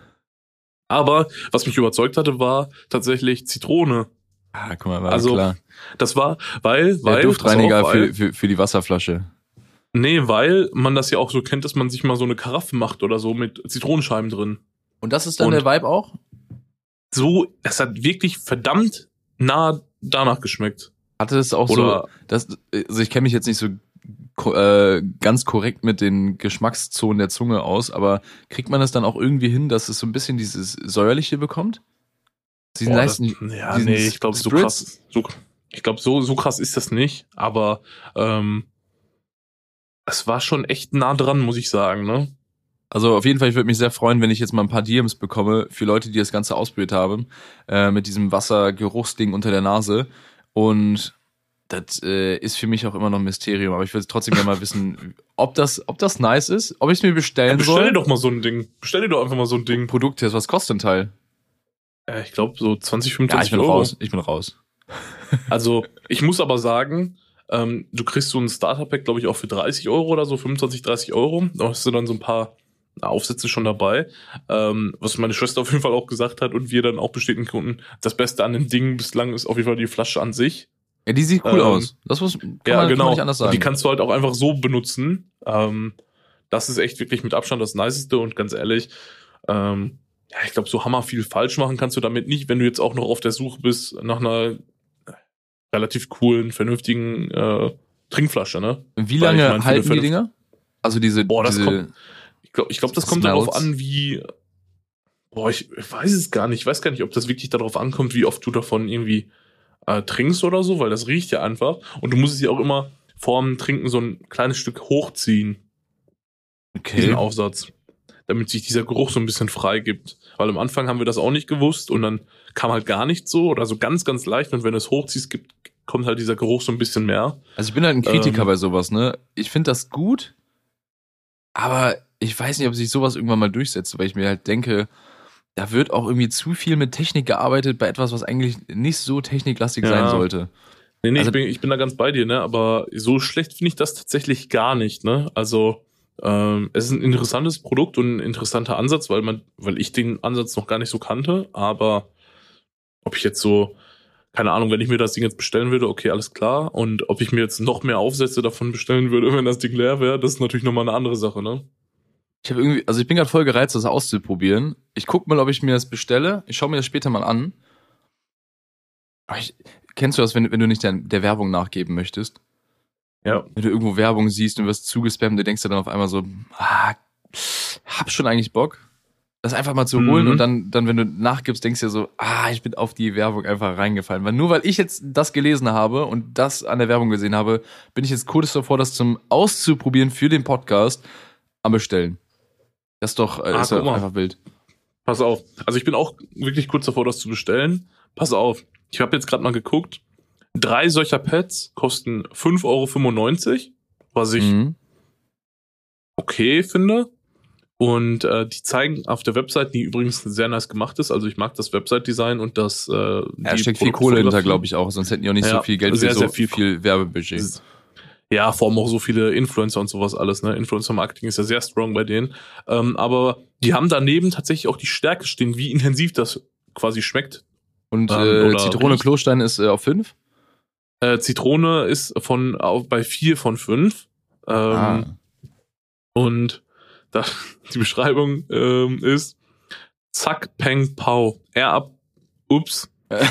Aber was mich überzeugt hatte, war tatsächlich Zitrone. Ah, guck mal, war Also, klar. Das war, weil, Der weil, Duftreiniger pass auf, weil, für, für, für die Wasserflasche. nee, weil man das ja auch so kennt, dass man sich mal so eine Karaffe macht oder so mit Zitronenscheiben drin. Und das ist dann Und- der Vibe auch? So, es hat wirklich verdammt nah danach geschmeckt. Hatte das auch so, Oder, das, also ich kenne mich jetzt nicht so ko- äh, ganz korrekt mit den Geschmackszonen der Zunge aus, aber kriegt man das dann auch irgendwie hin, dass es so ein bisschen dieses säuerliche bekommt? Diesen boah, leichten, das, ja, diesen nee, ich glaube, so Spritz? krass, so, ich glaube, so, so krass ist das nicht, aber, ähm, es war schon echt nah dran, muss ich sagen, ne? Also auf jeden Fall, ich würde mich sehr freuen, wenn ich jetzt mal ein paar D Ms bekomme für Leute, die das Ganze ausprobiert haben, äh, mit diesem Wassergeruchsding unter der Nase. Und das äh, ist für mich auch immer noch ein Mysterium, aber ich würde trotzdem gerne mal wissen, ob das, ob das nice ist, ob ich es mir bestellen Bestell soll. dir doch mal so ein Ding. Bestell dir doch einfach mal so ein Ding. Produkttest, was kostet ein Teil? Äh, ich glaube, so zwanzig, Ja, ich fünfundzwanzig bin Euro. raus. Ich bin raus. Also, ich muss aber sagen, ähm, du kriegst so ein Starter-Pack, glaube ich, auch für dreißig Euro oder so, fünfundzwanzig, dreißig Euro. Da hast du dann so ein paar Aufsätze schon dabei. Ähm, was meine Schwester auf jeden Fall auch gesagt hat und wir dann auch bestätigen konnten, das Beste an dem Ding bislang ist auf jeden Fall die Flasche an sich. Ja, die sieht cool Ähm, aus. Das muss, kann, Ja, man, kann genau. man nicht anders Und sagen. die kannst du halt auch einfach so benutzen. Ähm, das ist echt wirklich mit Abstand das Niceste und ganz ehrlich, ähm, ja, ich glaube, so hammer viel falsch machen kannst du damit nicht, wenn du jetzt auch noch auf der Suche bist nach einer relativ coolen, vernünftigen äh, Trinkflasche, ne? Wie Weil lange ich mein, für halten eine die Dinger? Also diese, Boah, das diese kommt- Ich glaube, ich glaub, das kommt Smells. darauf an, wie. Boah, ich weiß es gar nicht. Ich weiß gar nicht, ob das wirklich darauf ankommt, wie oft du davon irgendwie äh, trinkst oder so, weil das riecht ja einfach. Und du musst es ja auch immer vorm Trinken so ein kleines Stück hochziehen, diesen okay. Aufsatz, damit sich dieser Geruch so ein bisschen frei gibt. Weil am Anfang haben wir das auch nicht gewusst und dann kam halt gar nicht so oder so ganz, ganz leicht. Und wenn du es hochziehst, gibt, kommt halt dieser Geruch so ein bisschen mehr. Also ich bin halt ein Kritiker Ähm, bei sowas, ne? Ich finde das gut, aber ich weiß nicht, ob sich sowas irgendwann mal durchsetzt, weil ich mir halt denke, da wird auch irgendwie zu viel mit Technik gearbeitet bei etwas, was eigentlich nicht so techniklastig Ja. sein sollte. Nee, nee, Also- ich, bin, ich bin da ganz bei dir, ne? Aber so schlecht finde ich das tatsächlich gar nicht, ne? Also, ähm, es ist ein interessantes Produkt und ein interessanter Ansatz, weil man, weil ich den Ansatz noch gar nicht so kannte, aber ob ich jetzt so, keine Ahnung, wenn ich mir das Ding jetzt bestellen würde, okay, alles klar. Und ob ich mir jetzt noch mehr Aufsätze davon bestellen würde, wenn das Ding leer wäre, das ist natürlich nochmal eine andere Sache, ne? Ich habe irgendwie, also ich bin gerade voll gereizt, das auszuprobieren. Ich guck mal, ob ich mir das bestelle. Ich schaue mir das später mal an. Aber ich, kennst du das, wenn, wenn du nicht der, der Werbung nachgeben möchtest? Ja. Wenn du irgendwo Werbung siehst und wirst zugespammt, du denkst dir dann auf einmal so, ah, hab schon eigentlich Bock, das einfach mal zu holen Mhm. und dann, dann, wenn du nachgibst, denkst du dir so, ah, ich bin auf die Werbung einfach reingefallen. Weil nur weil ich jetzt das gelesen habe und das an der Werbung gesehen habe, bin ich jetzt kurz davor, das zum Auszuprobieren für den Podcast am Bestellen. Das ist doch, äh, Ah, ist guck doch mal. einfach wild. Pass auf. Also ich bin auch wirklich kurz davor, das zu bestellen. Pass auf. Ich habe jetzt gerade mal geguckt. Drei solcher Pads kosten fünf Euro fünfundneunzig, was ich Mhm. okay finde. Und äh, die zeigen auf der Website, die übrigens sehr nice gemacht ist. Also ich mag das Website-Design und das. Äh, Ja, steckt viel Kohle hinter, glaube ich auch, sonst hätten die auch nicht Ja, so viel Geld sehr, für so sehr viel- viel Werbebudget. Ja, vor allem auch so viele Influencer und sowas alles. Ne? Influencer-Marketing ist ja sehr strong bei denen. Ähm, aber die haben daneben tatsächlich auch die Stärke stehen, wie intensiv das quasi schmeckt. Und Ähm, äh, oder Zitrone riecht. Klostein ist äh, auf fünf? Äh, Zitrone ist von auf, bei vier von fünf. Ähm, Ah. Und da, die Beschreibung ähm, ist Zack, Peng, Pau. Er ab, ups.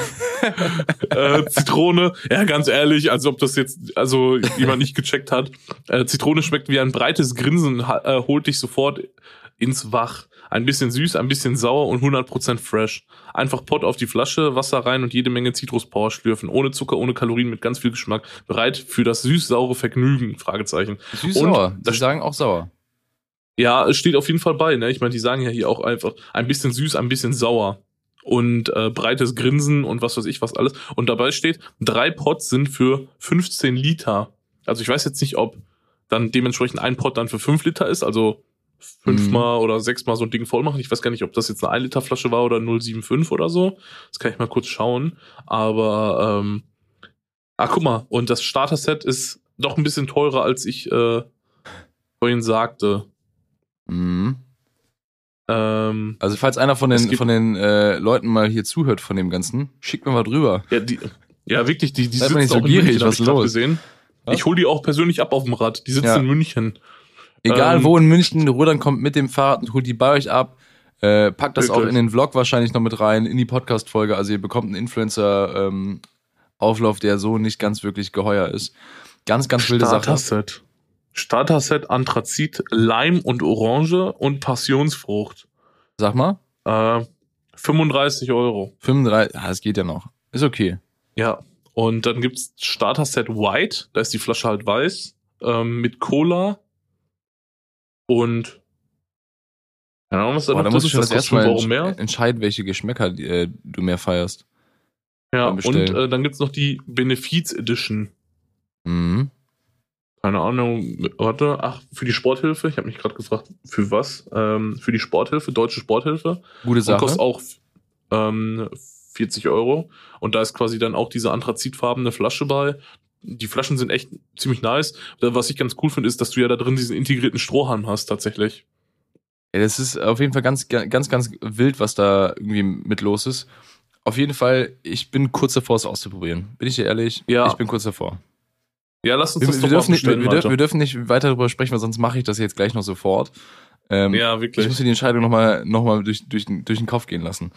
äh, Zitrone, ja, ganz ehrlich, als ob das jetzt, also jemand nicht gecheckt hat. Äh, Zitrone schmeckt wie ein breites Grinsen, ha- äh, holt dich sofort ins Wach. Ein bisschen süß, ein bisschen sauer und hundert Prozent fresh. Einfach Pott auf die Flasche, Wasser rein und jede Menge Zitruspower schlürfen. Ohne Zucker, ohne Kalorien, mit ganz viel Geschmack. Bereit für das süß-saure Vergnügen? Fragezeichen. Süß-sauer. Und Die das- sagen auch sauer. Ja, es steht auf jeden Fall bei, ne? Ich meine, die sagen ja hier auch einfach ein bisschen süß, ein bisschen sauer. Und äh, breites Grinsen und was weiß ich was alles. Und dabei steht, drei Pots sind für fünfzehn Liter. Also ich weiß jetzt nicht, ob dann dementsprechend ein Pot dann für fünf Liter ist, also fünfmal oder sechsmal so ein Ding voll machen. Ich weiß gar nicht, ob das jetzt eine ein Liter Flasche war oder null Komma fünfundsiebzig oder so. Das kann ich mal kurz schauen. Aber, ähm, ah, guck mal, und das Starter-Set ist doch ein bisschen teurer, als ich äh, vorhin sagte. Mhm. Ähm, Also falls einer von Es den, gibt- von den äh, Leuten mal hier zuhört von dem Ganzen, schickt mir mal drüber. ja, die, ja, wirklich, die, die Seid mal sitzen nicht so auch in gierig, München, hab was ich grad los? gesehen. Was? Ich hole die auch persönlich ab auf dem Rad. Die sitzen Ja. in München. Egal Ähm, wo in München, Rudern kommt mit dem Fahrrad und holt die bei euch ab. Äh, packt das auch Wirklich. in den Vlog wahrscheinlich noch mit rein, in die Podcast-Folge. Also ihr bekommt einen Influencer-Auflauf, der so nicht ganz wirklich geheuer ist. Ganz, ganz wilde Sache. Starter-Set. Starter-Set, Anthrazit, Leim und Orange und Passionsfrucht. Sag mal, Äh, fünfunddreißig Euro. fünfunddreißig, ah, das geht ja noch. Ist okay. Ja. Und dann gibt's Starter-Set White. Da ist die Flasche halt weiß. Ähm, mit Cola. Und keine Ahnung, was da Boah, noch da muss drin ich ist. das Das kostet fünf erstmal Euro entsch mehr. entscheiden, welche Geschmäcker äh, du mehr feierst. Ja, beim und Bestellen. äh, dann gibt's noch die Benefiz Edition. Mhm. Keine Ahnung, warte, ach, für die Sporthilfe, ich habe mich gerade gefragt, für was? Ähm, für die Sporthilfe, Deutsche Sporthilfe. Gute Und Sache. kostet auch ähm, vierzig Euro. Und da ist quasi dann auch diese anthrazitfarbene Flasche bei. Die Flaschen sind echt ziemlich nice. Was ich ganz cool finde, ist, dass du ja da drin diesen integrierten Strohhalm hast, tatsächlich. Ja, das ist auf jeden Fall ganz, ganz, ganz wild, was da irgendwie mit los ist. Auf jeden Fall, ich bin kurz davor, es auszuprobieren. Bin ich dir ehrlich? Ja. Ich bin kurz davor. Ja, lass uns Wir, das wir, doch mal dürfen nicht, wir, bestellen, wir, dürfen, Malte. wir dürfen nicht weiter darüber sprechen, weil sonst mache ich das jetzt gleich noch sofort. Ähm, Ja, ich wirklich. muss dir die Entscheidung nochmal noch mal durch, durch, durch den Kopf gehen lassen.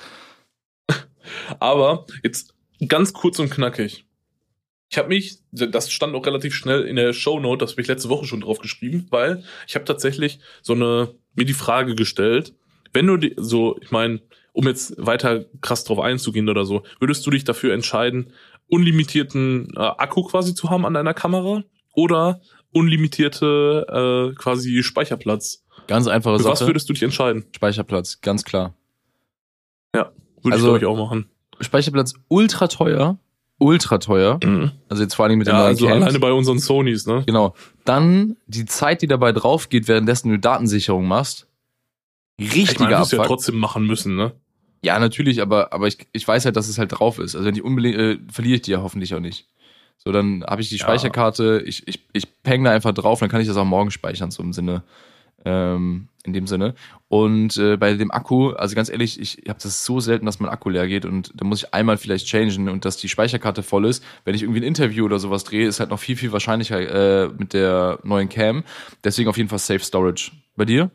Aber jetzt ganz kurz und knackig. Ich habe mich, das stand auch relativ schnell in der Shownote, das habe ich letzte Woche schon drauf geschrieben, weil ich habe tatsächlich so eine mir die Frage gestellt, wenn du die, so, ich meine, um jetzt weiter krass drauf einzugehen oder so, würdest du dich dafür entscheiden, unlimitierten äh, Akku quasi zu haben an deiner Kamera oder unlimitierte äh, quasi Speicherplatz? Ganz einfache Für was Sache. würdest du dich entscheiden? Speicherplatz, ganz klar. Würde Also- ich, glaube ich, auch machen. Speicherplatz ultra teuer. Ultra teuer. Also jetzt vor allem mit den Ja, neuen also Cams. alleine bei unseren Sonys, ne? Genau. Dann die Zeit, die dabei drauf geht, währenddessen du Datensicherung machst. Ich Richtiger meine, wirst du ja Abfuck. trotzdem machen müssen, ne? Ja, natürlich, aber, aber ich, ich weiß halt, dass es halt drauf ist. Also wenn die unbedingt, äh, verliere ich die ja hoffentlich auch nicht. So, dann habe ich die Ja. Speicherkarte, ich, ich, ich peng da einfach drauf, dann kann ich das auch morgen speichern, so im Sinne, ähm, in dem Sinne. Und äh, bei dem Akku, also ganz ehrlich, ich habe das so selten, dass mein Akku leer geht und da muss ich einmal vielleicht changen und dass die Speicherkarte voll ist. Wenn ich irgendwie ein Interview oder sowas drehe, ist halt noch viel, viel wahrscheinlicher äh, mit der neuen Cam. Deswegen auf jeden Fall Safe Storage. Bei dir?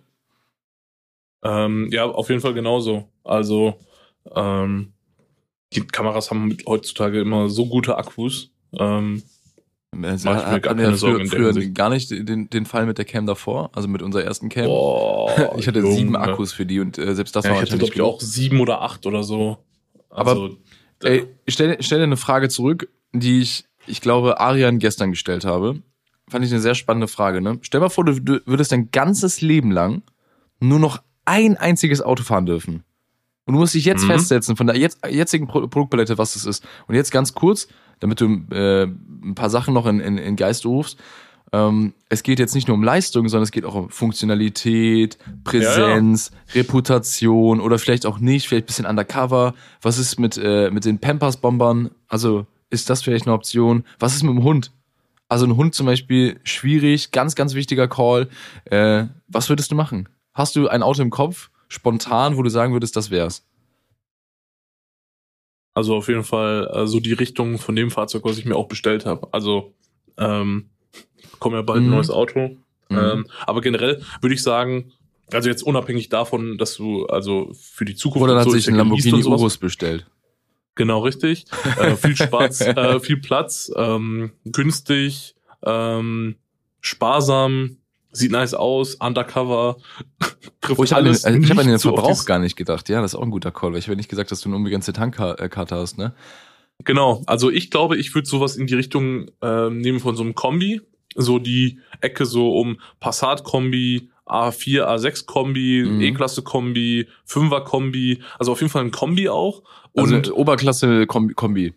Ähm, ja, auf jeden Fall genauso. Also, ähm, die Kameras haben mit heutzutage immer so gute Akkus. Ähm, Also, Mach ich mir gar hatten wir keine früher, Sorgen in der früher Hinsicht. gar nicht den, den Fall mit der Cam davor, also mit unserer ersten Cam. boah, ich hatte Junge. sieben Akkus für die und äh, selbst das Ja, war ich hatte, wahrscheinlich glaube ich, auch sieben oder acht oder so. Also, Ey, ich stelle stell dir eine Frage zurück, die ich, ich glaube, Arian gestern gestellt habe. Fand ich eine sehr spannende Frage, ne? Stell mal vor, du, du würdest dein ganzes Leben lang nur noch ein einziges Auto fahren dürfen. Und du musst dich jetzt Mhm. festsetzen von der jetzt, jetzigen Pro Produktpalette, was das ist. Und jetzt ganz kurz, damit du äh, ein paar Sachen noch in, in, in Geist rufst. Ähm, es geht jetzt nicht nur um Leistung, sondern es geht auch um Funktionalität, Präsenz, Reputation oder vielleicht auch nicht, vielleicht ein bisschen undercover. Was ist mit, äh, mit den Pampers-Bombern? Also ist das vielleicht eine Option? Was ist mit dem Hund? Also ein Hund zum Beispiel, schwierig, ganz, ganz wichtiger Call. Äh, was würdest du machen? Hast du ein Auto im Kopf, spontan, wo du sagen würdest, das wär's? Also auf jeden Fall äh, so die Richtung von dem Fahrzeug, was ich mir auch bestellt habe. Also ähm, kommt ja bald Mhm. ein neues Auto. Mhm. Ähm, aber generell würde ich sagen, also jetzt unabhängig davon, dass du also für die Zukunft Oder und hat so sich ist ja ein geleast Lamborghini und sowas. Urus bestellt. Genau, richtig. Äh, viel Spaß, äh, viel Platz, ähm, günstig, ähm, sparsam, sieht nice aus, undercover, trifft Oh, ich habe an, den- alles also ich hab an nicht den so auf Verbrauch dies- gar nicht gedacht. Ja, das ist auch ein guter Call, weil ich habe nicht gesagt, dass du eine unbegrenzte Tankkarte hast, ne? Genau, also ich glaube, ich würde sowas in die Richtung ähm, nehmen von so einem Kombi, so die Ecke so um Passat-Kombi, A vier, A sechs Kombi, Mhm. E-Klasse-Kombi, Fünfer-Kombi, also auf jeden Fall ein Kombi auch. Also Und Oberklasse Kombi. Kombi.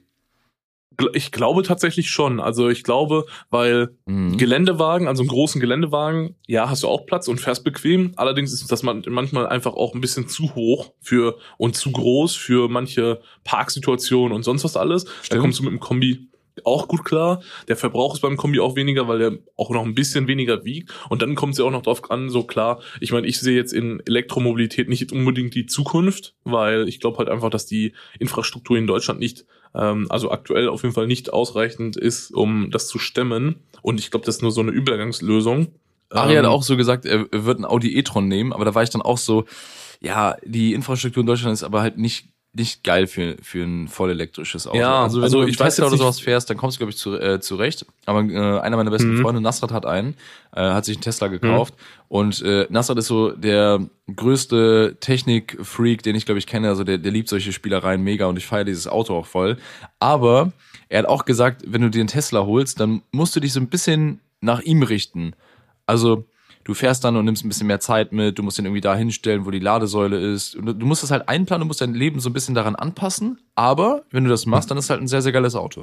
gl- ich glaube tatsächlich schon. Also ich glaube, weil Mhm. Geländewagen, also einen großen Geländewagen, ja, hast du auch Platz und fährst bequem. Allerdings ist das man manchmal einfach auch ein bisschen zu hoch für und zu groß für manche Parksituationen und sonst was alles. Da Stimmt. kommst du mit dem Kombi auch gut klar. Der Verbrauch ist beim Kombi auch weniger, weil der auch noch ein bisschen weniger wiegt. Und dann kommt es ja auch noch drauf an, so klar, ich meine, ich sehe jetzt in Elektromobilität nicht unbedingt die Zukunft, weil ich glaube halt einfach, dass die Infrastruktur in Deutschland nicht, ähm, also aktuell auf jeden Fall nicht ausreichend ist, um das zu stemmen. Und ich glaube, das ist nur so eine Übergangslösung. Ari Ähm, hat auch so gesagt, er wird ein Audi e-tron nehmen, aber da war ich dann auch so, ja, die Infrastruktur in Deutschland ist aber halt nicht nicht geil für für ein voll elektrisches Auto. Ja, also wenn also du mit ich dem weiß Tesla jetzt oder nicht- sowas fährst, dann kommst du, glaube ich, zu, äh, zurecht. Aber äh, einer meiner besten Mhm. Freunde, Nasrat, hat einen, äh, hat sich einen Tesla gekauft. Und äh, Nasrat ist so der größte Technik-Freak, den ich, glaube ich, kenne. Also der, der liebt solche Spielereien mega und ich feiere dieses Auto auch voll. Aber er hat auch gesagt, wenn du dir einen Tesla holst, dann musst du dich so ein bisschen nach ihm richten. Also du fährst dann und nimmst ein bisschen mehr Zeit mit, du musst ihn irgendwie da hinstellen, wo die Ladesäule ist. Und du musst das halt einplanen, du musst dein Leben so ein bisschen daran anpassen. Aber wenn du das machst, dann ist halt ein sehr, sehr geiles Auto.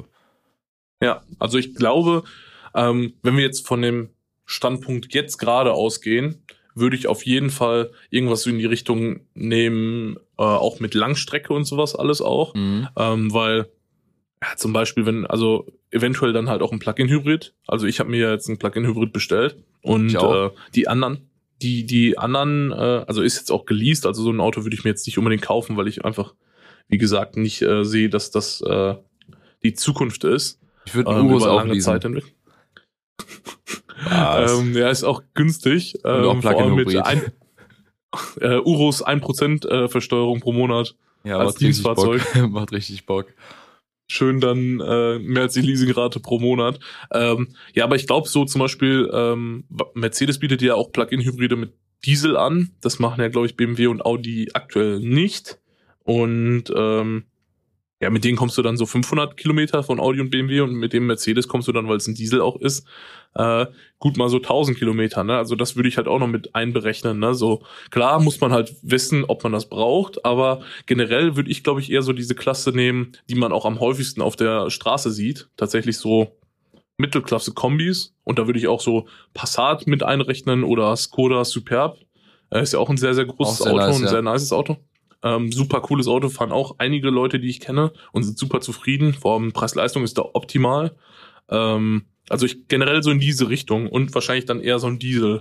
Ja, also ich glaube, ähm, wenn wir jetzt von dem Standpunkt jetzt gerade ausgehen, würde ich auf jeden Fall irgendwas so in die Richtung nehmen, äh, auch mit Langstrecke und sowas alles auch. Mhm. Ähm, weil ja, zum Beispiel, wenn, also eventuell dann halt auch ein Plug-in-Hybrid. Also ich habe mir jetzt ein Plug-in-Hybrid bestellt und Ich auch. äh, die anderen, die, die anderen, äh, also ist jetzt auch geleast, also so ein Auto würde ich mir jetzt nicht unbedingt kaufen, weil ich einfach, wie gesagt, nicht äh, sehe, dass das äh, die Zukunft ist. Ich würde einen Ähm, Urus über auch lange leasen. Zeit hinweg. Was? Ähm, ja, ist auch günstig. Und auch Ähm, vor allem mit Plug-in-Hybrid. ein, äh, Urus ein Prozent äh, Versteuerung pro Monat. Ja, als macht richtig Bock. Dienstfahrzeug. Macht richtig Bock. Schön dann äh, mehr als die Leasingrate pro Monat. Ähm, ja, aber ich glaube so zum Beispiel, ähm, Mercedes bietet ja auch Plug-in-Hybride mit Diesel an. Das machen ja, glaube ich, B M W und Audi aktuell nicht. Und ähm, ja, mit denen kommst du dann so fünfhundert Kilometer von Audi und B M W und mit dem Mercedes kommst du dann, weil es ein Diesel auch ist, äh, gut mal so tausend Kilometer. Ne? Also das würde ich halt auch noch mit einberechnen. Ne? So klar muss man halt wissen, ob man das braucht, aber generell würde ich, glaube ich, eher so diese Klasse nehmen, die man auch am häufigsten auf der Straße sieht. Tatsächlich so Mittelklasse-Kombis. Und da würde ich auch so Passat mit einrechnen oder Skoda Superb. Äh, ist ja auch ein sehr, sehr großes Auch sehr Auto, nice, ein ja. sehr nices Auto. Ähm, super cooles Auto, fahren auch einige Leute, die ich kenne und sind super zufrieden. Vor allem Preis-Leistung ist da optimal. Ähm, also ich generell so in diese Richtung und wahrscheinlich dann eher so ein Diesel.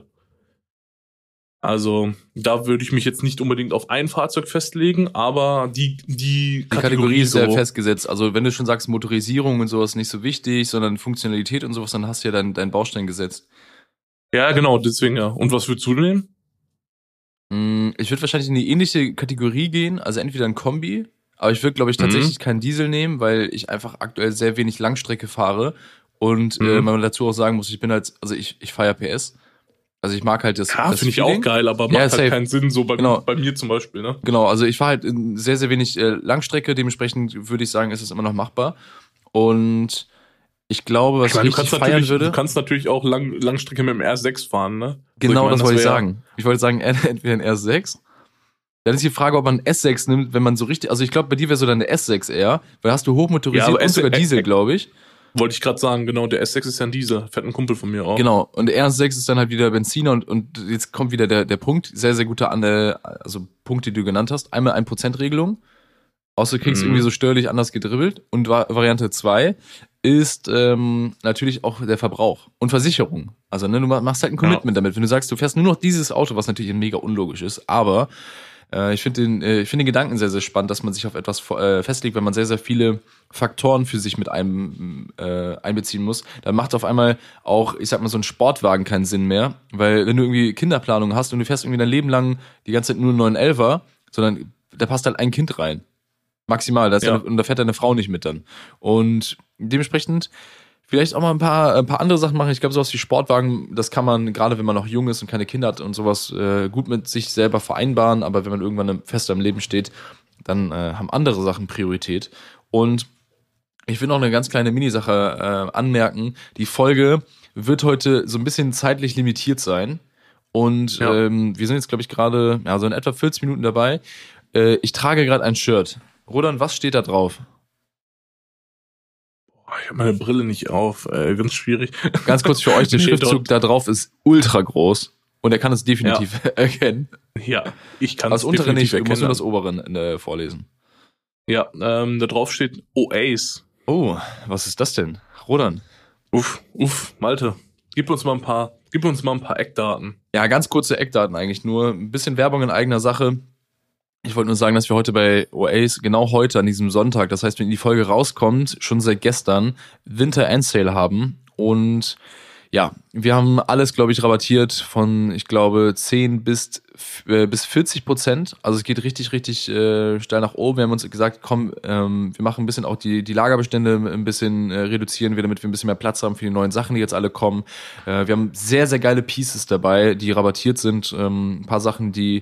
Also da würde ich mich jetzt nicht unbedingt auf ein Fahrzeug festlegen, aber die die, Die Kategorie ist so, ja festgesetzt. Also wenn du schon sagst, Motorisierung und sowas nicht so wichtig, sondern Funktionalität und sowas, dann hast du ja deinen dein Baustein gesetzt. Ja, genau, deswegen ja. Und was würdest du nehmen? Mm, Ich würde wahrscheinlich in die ähnliche Kategorie gehen, also entweder ein Kombi, aber ich würde, glaube ich, tatsächlich keinen Diesel nehmen, weil ich einfach aktuell sehr wenig Langstrecke fahre und äh, Mhm. man dazu auch sagen muss, ich bin halt, also ich, ich feiere P S. Also ich mag halt das, Ja, das finde ich Feeling. auch geil, aber macht Ja, halt safe. keinen Sinn, so bei, Genau. bei mir zum Beispiel, ne? Genau, also ich fahre halt in sehr, sehr wenig äh, Langstrecke, dementsprechend würde ich sagen, ist es immer noch machbar. Und ich glaube, was ich, Ich meine, du richtig kannst, feiern natürlich, würde, du kannst natürlich auch Lang, Langstrecke mit dem R sechs fahren, ne? genau So, das meine, wollte ich wär- sagen. Ich wollte sagen, entweder ein R sechs. Dann ist die Frage, ob man einen S sechs nimmt, wenn man so richtig, also ich glaube, bei dir wäre so dann der S sechs eher, weil hast du hochmotorisiert Ja, aber und S- sogar Diesel, äh, äh, glaube ich. Wollte ich gerade sagen, genau, der S sechs ist ja ein Diesel, fährt ein Kumpel von mir auch. Genau. Und der R sechs ist dann halt wieder Benziner und, und jetzt kommt wieder der, der Punkt, sehr, sehr guter an der, also Punkte, die du genannt hast. Einmal ein Prozent Regelung. Außer du kriegst Mhm. irgendwie so störlich anders gedribbelt. Und Va- Variante zwei ist ähm, natürlich auch der Verbrauch und Versicherung. Also ne, du ma- machst halt ein Commitment damit. Wenn du sagst, du fährst nur noch dieses Auto, was natürlich mega unlogisch ist, aber Äh, ich finde den, äh, ich finde den Gedanken sehr, sehr spannend, dass man sich auf etwas äh, festlegt, wenn man sehr, sehr viele Faktoren für sich mit ein, äh, einbeziehen muss. Dann macht auf einmal auch, ich sag mal, so ein Sportwagen keinen Sinn mehr, weil wenn du irgendwie Kinderplanung hast und du fährst irgendwie dein Leben lang die ganze Zeit nur einen neun elfer, sondern da passt halt ein Kind rein. Maximal. Da ist Ja. deine, und da fährt deine Frau nicht mit dann. Und dementsprechend vielleicht auch mal ein paar, ein paar andere Sachen machen. Ich glaube, sowas wie Sportwagen, das kann man, gerade wenn man noch jung ist und keine Kinder hat und sowas, äh, gut mit sich selber vereinbaren. Aber wenn man irgendwann fester im Leben steht, dann äh, haben andere Sachen Priorität. Und ich will noch eine ganz kleine Minisache äh, anmerken. Die Folge wird heute so ein bisschen zeitlich limitiert sein. Und Ja. ähm, wir sind jetzt, glaube ich, gerade ja, so in etwa vierzig Minuten dabei. Äh, ich trage gerade ein Shirt. Rodan, was steht da drauf? Ich habe meine Brille nicht auf, äh, ganz schwierig. Ganz kurz für euch, der Nee, Schriftzug da drauf ist ultra groß und er kann es definitiv erkennen. Ja, ich kann Das es untere nicht, du erkennen. musst nur das obere äh, vorlesen. Ja, ähm, da drauf steht Oasis. Oh, was ist das denn? Rodan. Uff, uff, Malte, gib uns mal ein paar, gib uns mal ein paar Eckdaten. Ja, ganz kurze Eckdaten eigentlich nur. Ein bisschen Werbung in eigener Sache. Ich wollte nur sagen, dass wir heute bei Oasis, genau heute an diesem Sonntag, das heißt, wenn die Folge rauskommt, schon seit gestern, Winter End Sale haben. Und ja, wir haben alles, glaube ich, rabattiert von, ich glaube, zehn bis, äh, bis vierzig Prozent. Also es geht richtig, richtig äh, steil nach oben. Wir haben uns gesagt, komm, ähm, wir machen ein bisschen auch die, die Lagerbestände ein bisschen äh, reduzieren wir, damit wir ein bisschen mehr Platz haben für die neuen Sachen, die jetzt alle kommen. Äh, wir haben sehr, sehr geile Pieces dabei, die rabattiert sind. Ähm, ein paar Sachen, die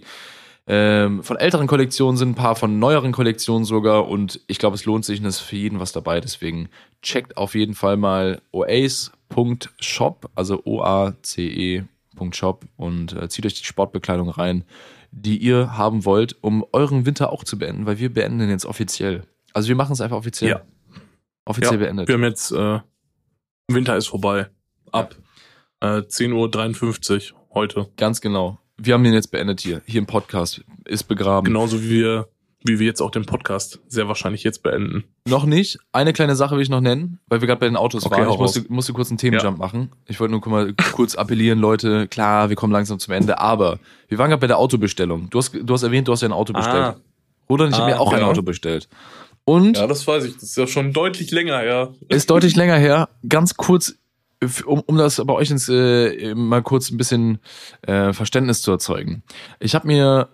ähm, von älteren Kollektionen sind, ein paar von neueren Kollektionen sogar. Und ich glaube, es lohnt sich und es ist für jeden was dabei. Deswegen checkt auf jeden Fall mal oace Punkt shop, also O A C E Punkt shop und äh, zieht euch die Sportbekleidung rein, die ihr haben wollt, um euren Winter auch zu beenden, weil wir beenden den jetzt offiziell. Also wir machen es einfach offiziell. Ja. Offiziell Ja, beendet. wir haben jetzt, äh, Winter ist vorbei. Ab äh, zehn Uhr dreiundfünfzig heute. Ganz genau. Wir haben den jetzt beendet hier, hier im Podcast. Ist begraben. Genauso wie wir, wie wir jetzt auch den Podcast sehr wahrscheinlich jetzt beenden. Noch nicht. Eine kleine Sache will ich noch nennen, weil wir gerade bei den Autos Okay, waren. hau Ich musste, raus. musste kurz einen Themenjump machen. Ich wollte nur guck mal, kurz appellieren, Leute. Klar, wir kommen langsam zum Ende, aber wir waren gerade bei der Autobestellung. Du hast, du hast erwähnt, du hast ja ein Auto bestellt. Oder ich habe Ah, mir auch ein genau. Auto bestellt. Und Ja, das weiß ich. Das ist ja schon deutlich länger her. ist deutlich länger her. Ganz kurz, um, um das bei euch ins, äh, mal kurz ein bisschen äh, Verständnis zu erzeugen. Ich habe mir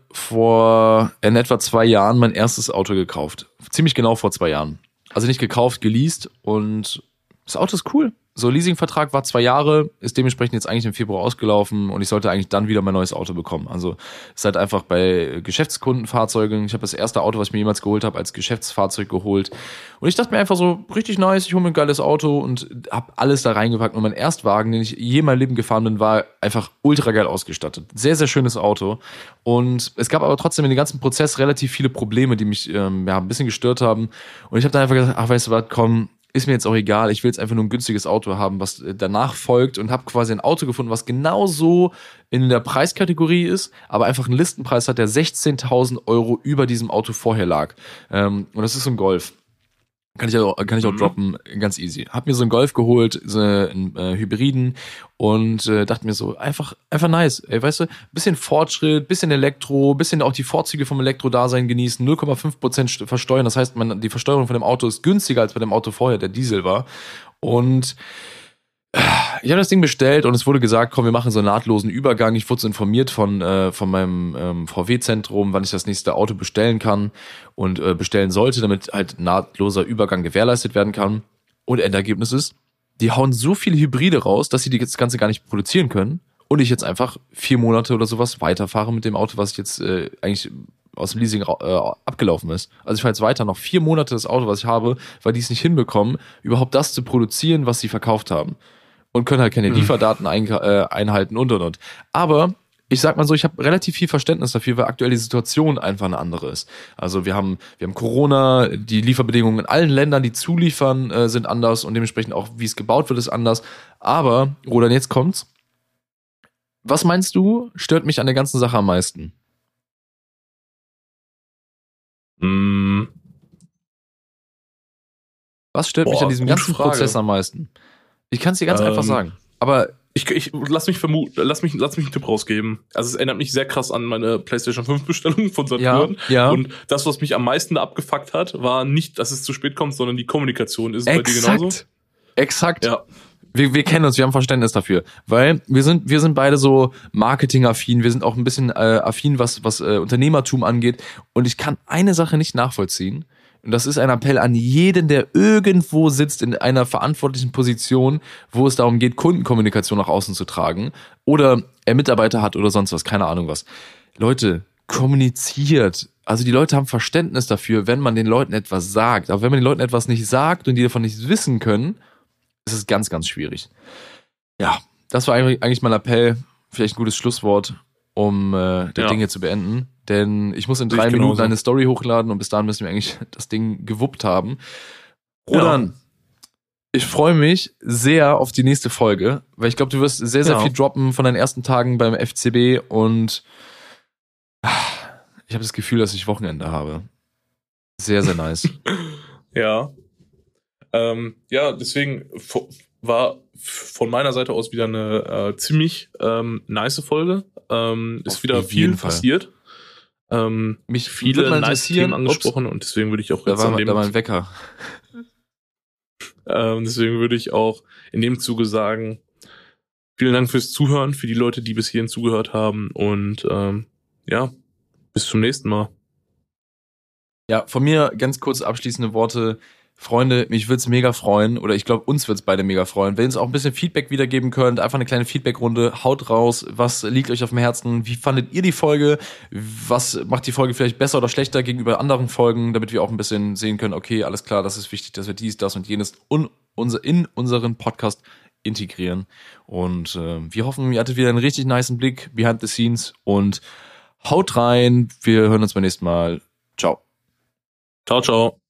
vor in etwa zwei Jahren mein erstes Auto gekauft. Ziemlich genau vor zwei Jahren. Also nicht gekauft, geleast und das Auto ist cool. So, Leasingvertrag war zwei Jahre, ist dementsprechend jetzt eigentlich im Februar ausgelaufen und ich sollte eigentlich dann wieder mein neues Auto bekommen. Also ist halt einfach bei Geschäftskundenfahrzeugen. Ich habe das erste Auto, was ich mir jemals geholt habe, als Geschäftsfahrzeug geholt. Und ich dachte mir einfach so, richtig nice, ich hole mir ein geiles Auto und habe alles da reingepackt. Und mein Erstwagen, den ich je in meinem Leben gefahren bin, war einfach ultra geil ausgestattet. Sehr, sehr schönes Auto. Und es gab aber trotzdem in dem ganzen Prozess relativ viele Probleme, die mich ähm, ja, ein bisschen gestört haben. Und ich habe dann einfach gesagt, ach, weißt du was, komm, ist mir jetzt auch egal, ich will jetzt einfach nur ein günstiges Auto haben, was danach folgt und habe quasi ein Auto gefunden, was genauso in der Preiskategorie ist, aber einfach einen Listenpreis hat, der sechzehntausend Euro über diesem Auto vorher lag. Ähm, und das ist so ein Golf. Kann ich auch, kann ich auch Mhm. droppen, ganz easy. Hab mir so einen Golf geholt, so einen äh, Hybriden und äh, dachte mir so, einfach, einfach nice. Ey, weißt du, bisschen Fortschritt, bisschen Elektro, bisschen auch die Vorzüge vom Elektro-Dasein genießen, null Komma fünf Prozent versteuern. Das heißt, man, die Versteuerung von dem Auto ist günstiger als bei dem Auto vorher, der Diesel war. Und ich habe das Ding bestellt und es wurde gesagt, komm, wir machen so einen nahtlosen Übergang. Ich wurde so informiert von, äh, von meinem ähm, V W-Zentrum, wann ich das nächste Auto bestellen kann und äh, bestellen sollte, damit halt nahtloser Übergang gewährleistet werden kann. Und Endergebnis ist, die hauen so viele Hybride raus, dass sie das Ganze gar nicht produzieren können und ich jetzt einfach vier Monate oder sowas weiterfahre mit dem Auto, was ich jetzt äh, eigentlich aus dem Leasing äh, abgelaufen ist. Also ich fahre jetzt weiter noch vier Monate das Auto, was ich habe, weil die es nicht hinbekommen, überhaupt das zu produzieren, was sie verkauft haben. Und können halt keine Mhm. Lieferdaten ein, äh, einhalten und und und. Aber ich sag mal so, ich habe relativ viel Verständnis dafür, weil aktuell die Situation einfach eine andere ist. Also wir haben wir haben Corona, die Lieferbedingungen in allen Ländern, die zuliefern, äh, sind anders und dementsprechend auch, wie es gebaut wird, ist anders. Aber, Roland, jetzt kommt's. Was meinst du, stört mich an der ganzen Sache am meisten? Mm, Was stört mich Boah, an diesem gute ganzen Frage. Prozess am meisten? Ich kann es dir ganz Ähm, einfach sagen. Aber Ich, ich lass mich vermuten, lass mich, lass mich einen Tipp rausgeben. Also es erinnert mich sehr krass an meine PlayStation fünf Bestellung von Saturn. Ja, ja. Und das, was mich am meisten da abgefuckt hat, war nicht, dass es zu spät kommt, sondern die Kommunikation. Ist es bei dir Exakt. genauso? Exakt. Ja. Wir, wir kennen uns, wir haben Verständnis dafür. Weil wir sind, wir sind beide so marketingaffin, wir sind auch ein bisschen äh, affin, was, was äh, Unternehmertum angeht. Und ich kann eine Sache nicht nachvollziehen. Und das ist ein Appell an jeden, der irgendwo sitzt in einer verantwortlichen Position, wo es darum geht, Kundenkommunikation nach außen zu tragen. Oder er Mitarbeiter hat oder sonst was, keine Ahnung was. Leute, kommuniziert. Also die Leute haben Verständnis dafür, wenn man den Leuten etwas sagt. Aber wenn man den Leuten etwas nicht sagt und die davon nichts wissen können, ist es ganz, ganz schwierig. Ja, das war eigentlich mein Appell. Vielleicht ein gutes Schlusswort, um äh, die Ja. Dinge zu beenden. Denn ich muss in Sehe drei ich Minuten genauso. eine Story hochladen und bis dahin müssen wir eigentlich das Ding gewuppt haben. Rodan, ich freue mich sehr auf die nächste Folge, weil ich glaube, du wirst sehr, sehr Ja. viel droppen von deinen ersten Tagen beim F C B und ah, ich habe das Gefühl, dass ich Wochenende habe. Sehr, sehr nice. Ja. Ähm, ja, deswegen f- war f- von meiner Seite aus wieder eine äh, ziemlich ähm, nice Folge. Ähm, ist Auf wieder jeden viel Fall. passiert. Ähm, Mich würde viele mal nice interessieren, Themen angesprochen und deswegen würde ich auch Da jetzt war, an mein- dem da war ein Wecker. ähm, deswegen würde ich auch in dem Zuge sagen, vielen Dank fürs Zuhören, für die Leute, die bis hierhin zugehört haben und ähm, ja, bis zum nächsten Mal. Ja, von mir ganz kurz abschließende Worte. Freunde, mich würde es mega freuen, oder ich glaube, uns wird es beide mega freuen, wenn ihr uns auch ein bisschen Feedback wiedergeben könnt. Einfach eine kleine Feedbackrunde. Haut raus. Was liegt euch auf dem Herzen? Wie fandet ihr die Folge? Was macht die Folge vielleicht besser oder schlechter gegenüber anderen Folgen, damit wir auch ein bisschen sehen können, okay, alles klar, das ist wichtig, dass wir dies, das und jenes un, unser, in unseren Podcast integrieren. Und äh, wir hoffen, ihr hattet wieder einen richtig nicen Blick behind the scenes und haut rein. Wir hören uns beim nächsten Mal. Ciao. Ciao, ciao.